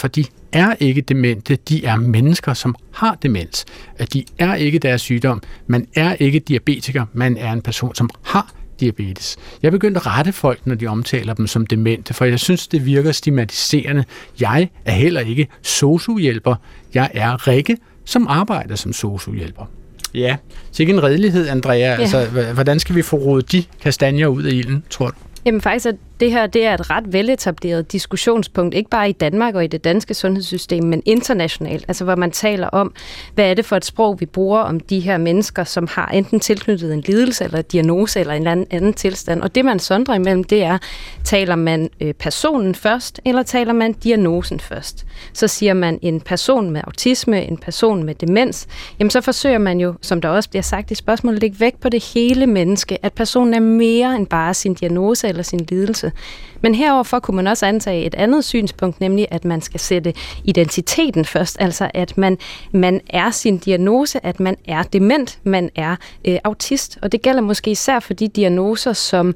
er ikke demente, de er mennesker, som har demens. At de er ikke deres sygdom. Man er ikke diabetiker, man er en person, som har diabetes. Jeg er begyndt at rette folk, når de omtaler dem som demente, for jeg synes, det virker stigmatiserende. Jeg er heller ikke sosu-hjælper. Jeg er Rikke, som arbejder som sosu-hjælper. Ja, så ikke en redelighed, Andrea. Ja. Altså, hvordan skal vi få rodet de kastanjer ud af ilden, tror du? Jamen faktisk, at det her det er et ret veletableret diskussionspunkt, ikke bare i Danmark og i det danske sundhedssystem, men internationalt. Altså hvor man taler om, hvad er det for et sprog, vi bruger om de her mennesker, som har enten tilknyttet en lidelse eller diagnose eller en anden tilstand. Og det man sondrer imellem, det er, taler man personen først, eller taler man diagnosen først? Så siger man en person med autisme, en person med demens, jamen så forsøger man jo, som der også bliver sagt i spørgsmålet, at lægge vægt på det hele menneske, at personen er mere end bare sin diagnose eller sin lidelse. Men heroverfor kunne man også antage et andet synspunkt, nemlig at man skal sætte identiteten først, altså at man er sin diagnose, at man er dement, man er autist. Og det gælder måske især for de diagnoser,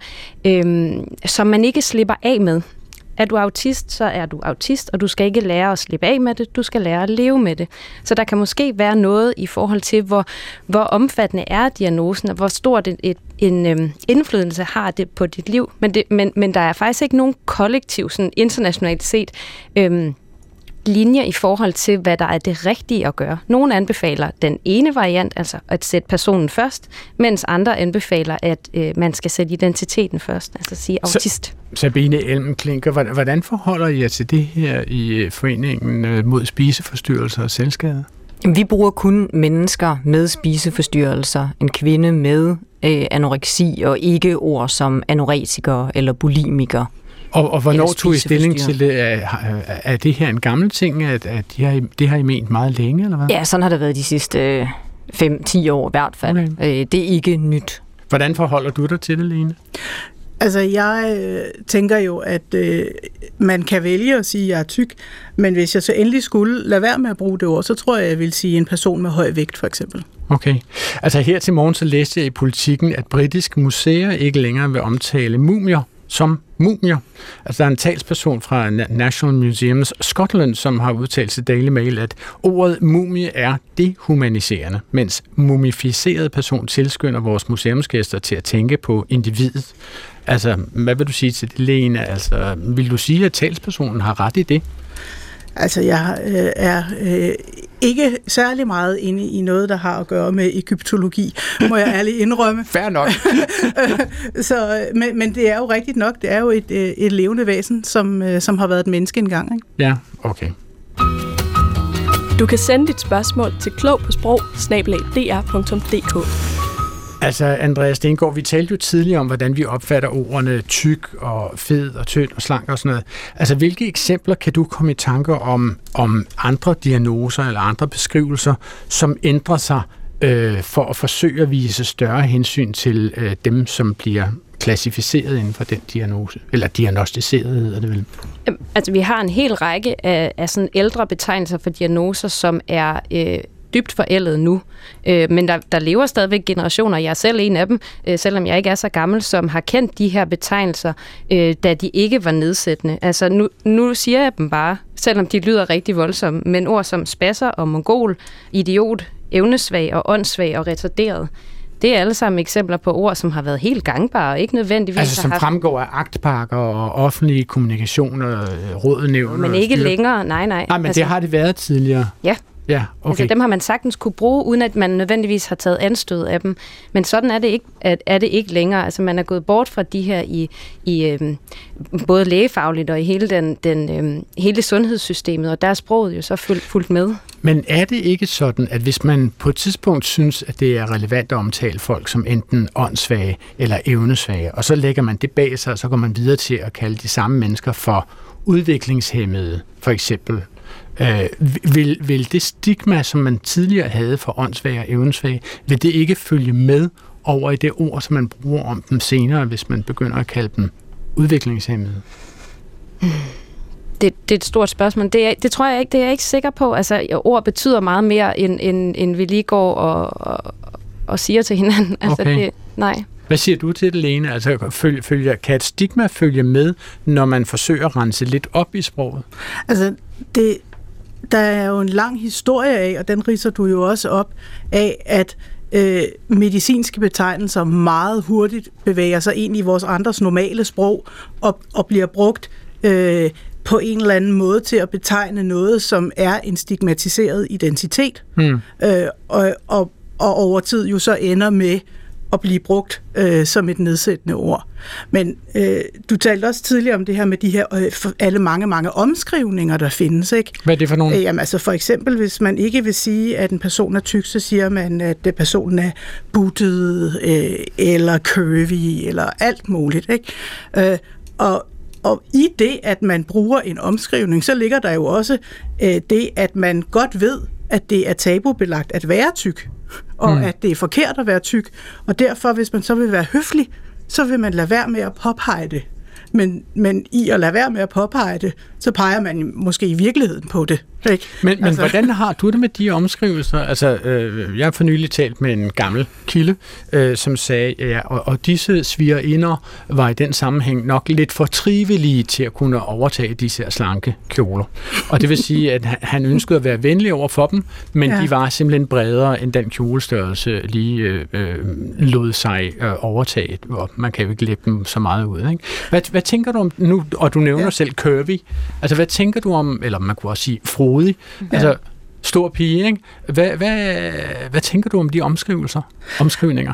som man ikke slipper af med. Er du autist, så er du autist, og du skal ikke lære at slippe af med det, du skal lære at leve med det. Så der kan måske være noget i forhold til, hvor omfattende er diagnosen, og hvor stor en indflydelse har det på dit liv. Men der er faktisk ikke nogen kollektiv, sådan internationalt set, linjer i forhold til, hvad der er det rigtige at gøre. Nogle anbefaler den ene variant, altså at sætte personen først, mens andre anbefaler, at man skal sætte identiteten først, altså sige autist. Sabine Elm-Klinker, hvordan forholder I jer til det her i Foreningen mod spiseforstyrrelser og selvskade? Vi bruger kun mennesker med spiseforstyrrelser, en kvinde med anoreksi, og ikke ord som anoretiker eller bulimiker. Og hvornår tog I stilling til det? Er det her en gammel ting, at det har I ment meget længe, eller hvad? Ja, sådan har det været de sidste 5-10 år i hvert fald. Okay. Det er ikke nyt. Hvordan forholder du dig til det, Lene? Altså, jeg tænker jo, at man kan vælge at sige, at jeg er tyk, men hvis jeg så endelig skulle lade være med at bruge det ord, så tror jeg vil sige en person med høj vægt, for eksempel. Okay. Altså, her til morgen så læste jeg i Politikken, at britiske museer ikke længere vil omtale mumier som mumier. Altså, der er en talsperson fra National Museums Scotland, som har udtalt til Daily Mail, at ordet mumie er dehumaniserende, mens mumificeret person tilskynder vores museumsgæster til at tænke på individet. Altså, hvad vil du sige til det, Lene? Altså, vil du sige, at talspersonen har ret i det? Altså, jeg er ikke særlig meget inde i noget, der har at gøre med egyptologi, må jeg ærligt indrømme. Fair nok. Men det er jo rigtigt nok. Det er jo et levende væsen, som har været et menneske engang, ikke? Ja, okay. Du kan sende dit spørgsmål til klogpåsprog@dr.dk. Altså, Andreas Stengård, vi talte jo tidligere om, hvordan vi opfatter ordene tyk og fed og tynd og slank og sådan noget. Altså, hvilke eksempler kan du komme i tanker om andre diagnoser eller andre beskrivelser, som ændrer sig for at forsøge at vise større hensyn til dem, som bliver klassificeret inden for den diagnose, eller diagnostiseret hedder det vel? Altså, vi har en hel række af sådan ældre betegnelser for diagnoser, som er dybt forældet nu. Men der lever stadigvæk generationer, jeg er selv en af dem, selvom jeg ikke er så gammel, som har kendt de her betegnelser, da de ikke var nedsættende. Altså nu siger jeg dem bare, selvom de lyder rigtig voldsomme, men ord som spasser og mongol, idiot, evnesvag og åndssvag og retarderet, det er alle sammen eksempler på ord, som har været helt gangbare og ikke nødvendigvis altså, som fremgår af aktpakker og offentlige kommunikationer, rådnævn. Men ikke længere, nej. Nej, men altså, det har det været tidligere. Ja. Ja, okay. Altså dem har man sagtens kunne bruge, uden at man nødvendigvis har taget anstød af dem. Men sådan er det ikke længere. Altså man er gået bort fra de her i både lægefagligt og i hele sundhedssystemet, og der er sproget jo så fulgt med. Men er det ikke sådan, at hvis man på et tidspunkt synes, at det er relevant at omtale folk som enten åndssvage eller evnesvage, og så lægger man det bag sig, og så går man videre til at kalde de samme mennesker for udviklingshæmmede, for eksempel, vil det stigma, som man tidligere havde for åndssvage og evnesvage, vil det ikke følge med over i det ord, som man bruger om dem senere, hvis man begynder at kalde dem udviklingshæmmede? Det er et stort spørgsmål. Det tror jeg ikke, det er jeg ikke sikker på. Altså, ord betyder meget mere, end vi lige går og siger til hinanden. Altså, okay. Nej. Hvad siger du til det, Lene? Altså, kan et stigma følge med, når man forsøger at rense lidt op i sproget? Altså, Der er jo en lang historie af, og den ridser du jo også op, af at medicinske betegnelser meget hurtigt bevæger sig ind i vores andres normale sprog og bliver brugt på en eller anden måde til at betegne noget, som er en stigmatiseret identitet, og over tid jo så ender med at blive brugt som et nedsættende ord. Men du talte også tidligere om det her med de her alle mange omskrivninger, der findes, ikke? Hvad er det for nogle? Jamen altså for eksempel, hvis man ikke vil sige, at en person er tyk, så siger man, at personen er buttet, eller curvy, eller alt muligt, ikke? Og i det, at man bruger en omskrivning, så ligger der jo også det, at man godt ved, at det er tabubelagt at være tyk, og at det er forkert at være tyk. Og derfor, hvis man så vil være høflig, så vil man lade være med at påpege det. Men i at lade være med at påpege det, så peger man måske i virkeligheden på det. Ikke? Men altså, hvordan har du det med de omskrivelser? Altså, jeg har for nylig talt med en gammel kilde, som sagde, ja, og disse svigerinder var i den sammenhæng nok lidt for trivelige til at kunne overtage disse slanke kjoler. Og det vil sige, at han ønskede at være venlig over for dem, men de var simpelthen bredere end den kjolestørrelse lige lod sig overtage, og man kan jo ikke lægge dem så meget ud. Ikke? Hvad tænker du om nu, og du nævner selv curvy, altså hvad tænker du om, eller man kunne også sige frodig, altså stor pige, ikke? Hvad tænker du om de omskrivninger?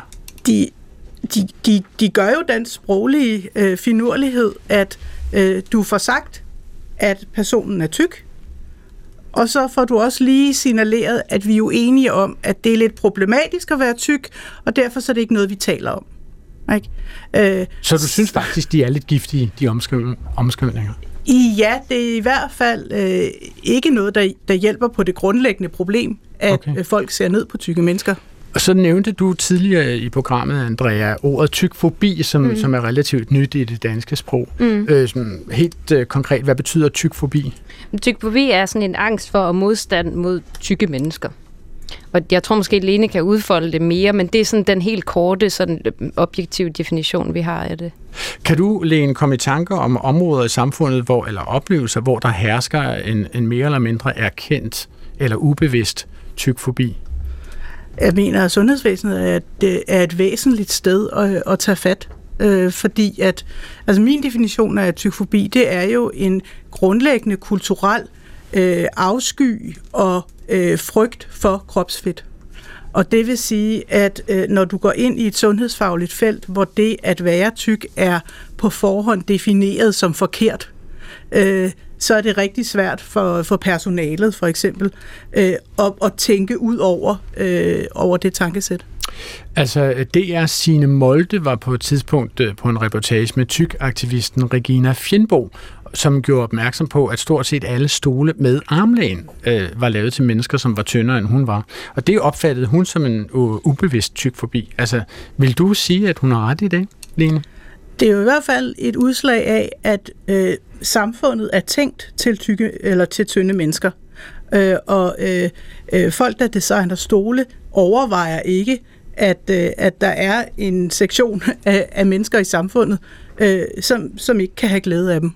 De gør jo den sproglige finurlighed, at du får sagt, at personen er tyk, og så får du også lige signaleret, at vi er jo enige om, at det er lidt problematisk at være tyk, og derfor så er det ikke noget, vi taler om. Ikke? Så du synes faktisk, de er lidt giftige, de omskrivninger? Ja, det er i hvert fald ikke noget, der hjælper på det grundlæggende problem, at folk ser ned på tykke mennesker. Og så nævnte du tidligere i programmet, Andrea, ordet tykfobi, som er relativt nyt i det danske sprog. Helt konkret, hvad betyder tykfobi? Tykfobi er sådan en angst for og modstand mod tykke mennesker. Og jeg tror måske, at Lene kan udfolde det mere, men det er sådan den helt korte, sådan objektive definition, vi har af det. Kan du, Lene, komme i tanker om områder i samfundet, eller oplevelser, hvor der hersker en mere eller mindre erkendt eller ubevidst tykfobi? Jeg mener, at sundhedsvæsenet er et væsentligt sted at tage fat. Fordi at, altså min definition af tykfobi, det er jo en grundlæggende kulturel afsky og frygt for kropsfedt. Og det vil sige, at når du går ind i et sundhedsfagligt felt, hvor det at være tyk er på forhånd defineret som forkert, så er det rigtig svært for personalet for eksempel at tænke ud over det tankesæt. Altså, DR Signe Molde var på et tidspunkt på en reportage med tykaktivisten Regina Fjendbo, som gjorde opmærksom på, at stort set alle stole med armlæn var lavet til mennesker, som var tyndere, end hun var. Og det opfattede hun som en ubevidst tykfobi. Altså, vil du sige, at hun har ret i det, Lene? Det er jo i hvert fald et udslag af, at samfundet er tænkt til tykke eller til tynde mennesker. Folk, der designer stole, overvejer ikke, at der er en sektion af mennesker i samfundet, som ikke kan have glæde af dem.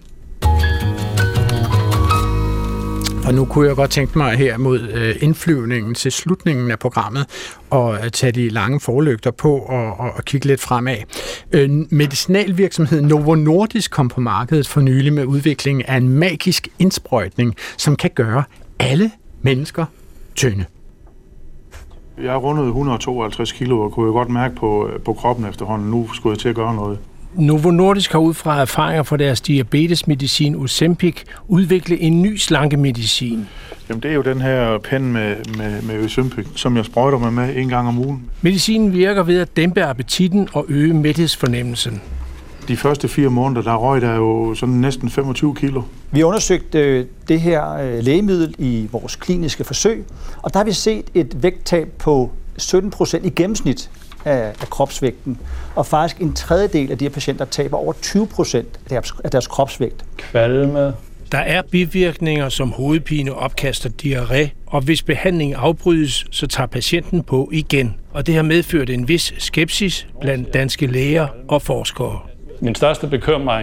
Og nu kunne jeg godt tænke mig her mod indflyvningen til slutningen af programmet og tage de lange forlygter på og kigge lidt fremad. Medicinalvirksomheden Novo Nordisk kom på markedet for nylig med udviklingen af en magisk indsprøjtning, som kan gøre alle mennesker tynde. Jeg rundede 152 kilo og kunne jo godt mærke på kroppen efterhånden. Nu skulle jeg til at gøre noget. Novo Nordisk har ud fra erfaringer fra deres diabetesmedicin Ozempic udviklet en ny slankemedicin. Jamen det er jo den her pen med Ozempic, som jeg sprøjter mig med en gang om ugen. Medicinen virker ved at dæmpe appetitten og øge mæthedsfornemmelsen. De første 4 måneder, der røg der jo sådan næsten 25 kilo. Vi undersøgte det her lægemiddel i vores kliniske forsøg, og der har vi set et vægttab på 17% i gennemsnit af kropsvægten, og faktisk en tredjedel af de her patienter taber over 20% af deres kropsvægt. Kvalme. Der er bivirkninger som hovedpine, opkast og diarré, og hvis behandlingen afbrydes, så tager patienten på igen. Og det har medført en vis skepsis blandt danske læger og forskere. Min største bekymring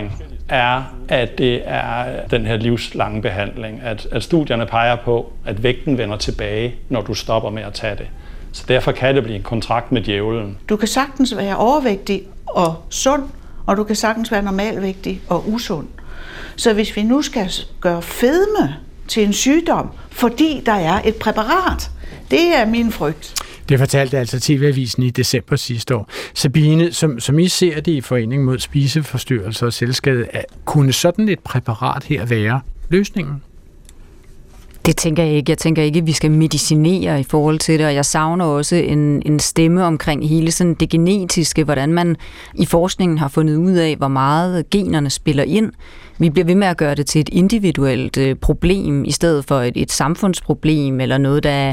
er, at det er den her livslange behandling. At studierne peger på, at vægten vender tilbage, når du stopper med at tage det. Så derfor kan det blive en kontrakt med djævlen. Du kan sagtens være overvægtig og sund, og du kan sagtens være normalvægtig og usund. Så hvis vi nu skal gøre fedme til en sygdom, fordi der er et præparat, det er min frygt. Det fortalte altså TV-avisen i december sidste år. Sabine, som I ser det i Foreningen mod spiseforstyrrelser og selvskade, kunne sådan et præparat her være løsningen? Det tænker jeg ikke. Jeg tænker ikke, at vi skal medicinere i forhold til det, og jeg savner også en stemme omkring hele sådan det genetiske, hvordan man i forskningen har fundet ud af, hvor meget generne spiller ind. Vi bliver ved med at gøre det til et individuelt problem, i stedet for et samfundsproblem, eller noget, der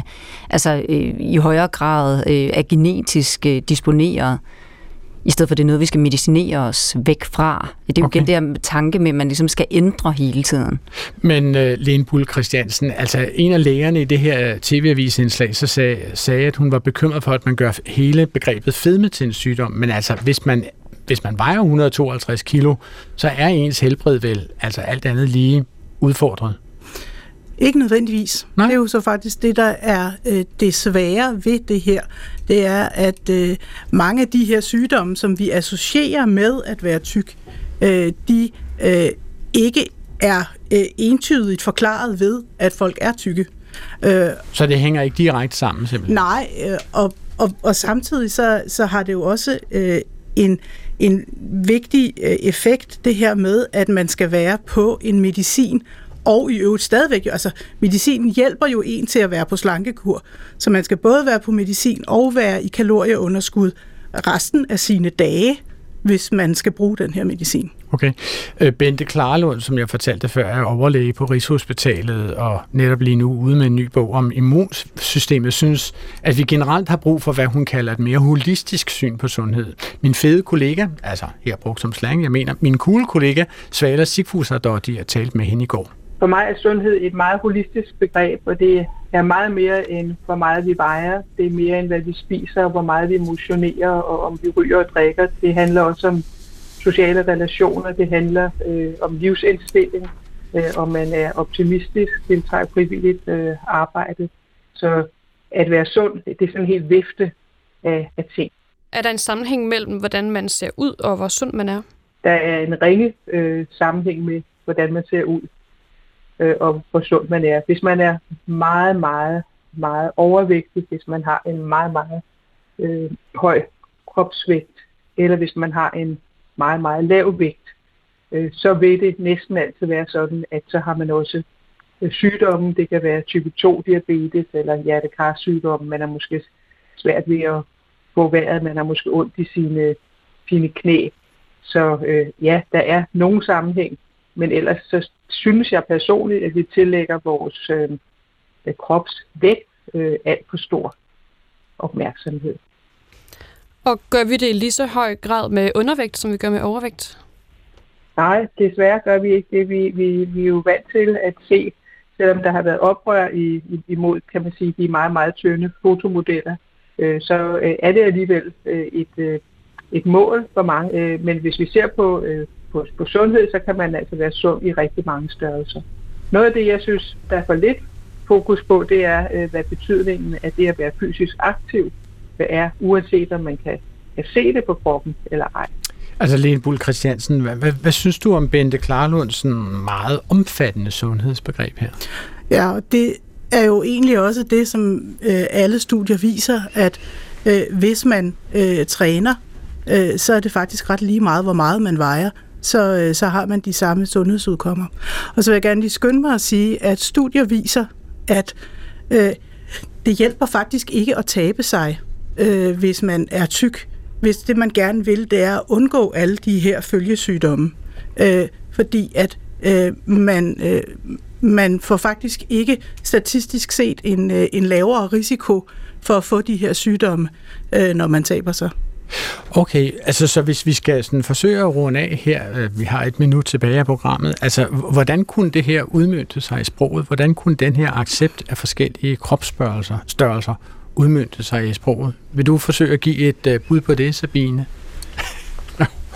i højere grad er genetisk disponeret, i stedet for det er noget, vi skal medicinere os væk fra. Det er jo den der tanke med, at man ligesom skal ændre hele tiden. Men Lene Buhl Christiansen, altså en af lægerne i det her TV-avisindslag, så sagde, at hun var bekymret for, at man gør hele begrebet fedme til en sygdom. Men altså, hvis man vejer 152 kilo, så er ens helbred vel altså alt andet lige udfordret. Ikke nødvendigvis. Nej. Det er jo så faktisk det, der er det svære ved det her. Det er, at mange af de her sygdomme, som vi associerer med at være tyk, de ikke er entydigt forklaret ved, at folk er tykke. Så det hænger ikke direkte sammen simpelthen? Nej, og samtidig så har det jo også en vigtig effekt, det her med, at man skal være på en medicin, og i øvrigt stadigvæk, altså medicinen hjælper jo en til at være på slankekur, så man skal både være på medicin og være i kalorieunderskud resten af sine dage, hvis man skal bruge den her medicin. Okay. Bente Klarlund, som jeg fortalte før, er overlæge på Rigshospitalet og netop lige nu ude med en ny bog om immunsystemet, synes, at vi generelt har brug for, hvad hun kalder et mere holistisk syn på sundhed. Min fede kollega, altså her brugt som slang, jeg mener, min cool kollega, Svala Sigfúsardóttir, har talt med hende i går. For mig er sundhed et meget holistisk begreb, og det er meget mere end hvor meget vi vejer. Det er mere end hvad vi spiser, og hvor meget vi motionerer, og om vi ryger og drikker. Det handler også om sociale relationer, det handler om livsindstilling, om man er optimistisk, deltager frivilligt arbejde. Så at være sund, det er sådan en helt vifte af ting. Er der en sammenhæng mellem, hvordan man ser ud, og hvor sund man er? Der er en ringe sammenhæng med, hvordan man ser ud, og hvor sund man er. Hvis man er meget, meget, meget overvægtig, hvis man har en meget, meget høj kropsvægt, eller hvis man har en meget, meget lav vægt, så vil det næsten altid være sådan, at så har man også sygdomme. Det kan være type 2-diabetes eller hjertekarsygdomme. Man er måske svært ved at få vejret, man har måske ondt i sine knæ. Så ja, der er nogen sammenhæng. Men ellers så synes jeg personligt, at vi tillægger vores kropsvægt alt for stor opmærksomhed. Og gør vi det i lige så høj grad med undervægt, som vi gør med overvægt? Nej, desværre gør vi ikke det. Vi er jo vant til at se, selvom der har været oprør imod, kan man sige, de meget, meget tynde fotomodeller, så er det alligevel et mål for mange. Men hvis vi ser på sundhed, så kan man altså være sund i rigtig mange størrelser. Noget af det, jeg synes, der er for lidt fokus på, det er, hvad betydningen af det at være fysisk aktiv er, uanset om man kan se det på kroppen eller ej. Altså Lene Buhl Christiansen, hvad synes du om Bente Klarlunds meget omfattende sundhedsbegreb her? Ja, det er jo egentlig også det, som alle studier viser, at hvis man træner, så er det faktisk ret lige meget, hvor meget man vejer. Så har man de samme sundhedsudkommer. Og så vil jeg gerne lige skynde mig at sige, at studier viser, at det hjælper faktisk ikke at tabe sig, hvis man er tyk. Hvis det, man gerne vil, det er at undgå alle de her følgesygdomme. Fordi at man får faktisk ikke statistisk set en lavere risiko for at få de her sygdomme, når man taber sig. Okay, altså så hvis vi skal sådan forsøge at runde af her, vi har 1 minut tilbage af programmet, altså hvordan kunne det her udmønte sig i sproget? Hvordan kunne den her accept af forskellige kropsstørrelser udmønte sig i sproget? Vil du forsøge at give et bud på det, Sabine?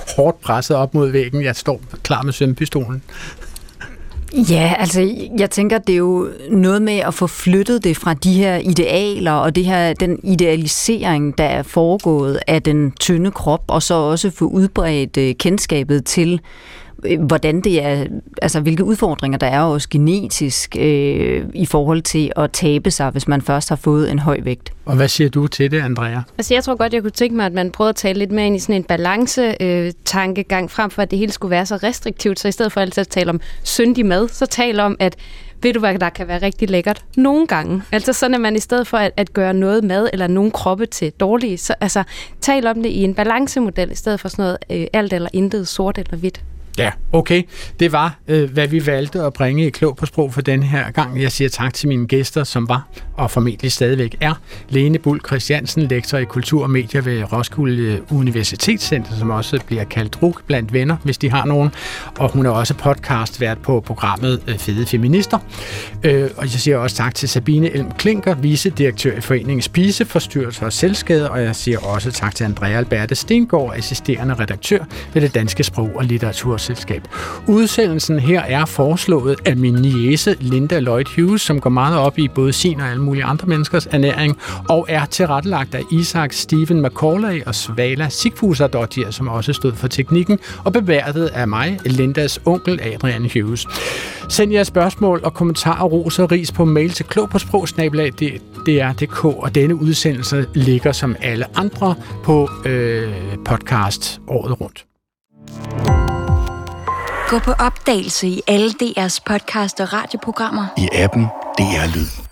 hårdt presset op mod væggen. Jeg står klar med svømmepistolen. Ja, altså jeg tænker, det er jo noget med at få flyttet det fra de her idealer og den idealisering, der er foregået af den tynde krop, og så også få udbredt kendskabet til, hvordan det er, altså hvilke udfordringer der er også genetisk i forhold til at tabe sig, hvis man først har fået en høj vægt. Og hvad siger du til det, Andrea? Altså jeg tror godt, jeg kunne tænke mig, at man prøvede at tale lidt mere ind i sådan en balance-tankegang, frem for at det hele skulle være så restriktivt, så i stedet for altid at tale om syndig mad, så tale om, at ved du hvad, der kan være rigtig lækkert nogle gange. Altså sådan, at man i stedet for at gøre noget mad eller nogle kroppe til dårlige, så altså tal om det i en balancemodel, i stedet for sådan noget alt eller intet, sort eller hvidt. Ja, okay. Det var, hvad vi valgte at bringe i Klog på Sprog for denne her gang. Jeg siger tak til mine gæster, som var, og formentlig stadigvæk er, Lene Buhl Christiansen, lektor i kultur og medier ved Roskilde Universitetscenter, som også bliver kaldt RUC blandt venner, hvis de har nogen. Og hun er også podcastvært på programmet Fede Feminister. Og jeg siger også tak til Sabine Elm Klinker, vicedirektør i Foreningen Spiseforstyrrelser og Selvskade, og jeg siger også tak til Andrea Alberte Stengård, assisterende redaktør ved Det Danske Sprog- og Litteraturselskab. Udsendelsen her er foreslået af min niece Linda Lloyd Hughes, som går meget op i både sin og alle mulige andre menneskers ernæring, og er tilrettelagt af Isaac Stephen Macaulay og Svala Sigfusardottir, som også stod for teknikken, og beværtet af mig, Lindas onkel Adrian Hughes. Send jeres spørgsmål og kommentarer, ros og ris på mail til klogpåsprog@dr.dk, og denne udsendelse ligger som alle andre på podcast året rundt. Gå på opdagelse i alle DR's podcast og radioprogrammer. I appen DR Lyd.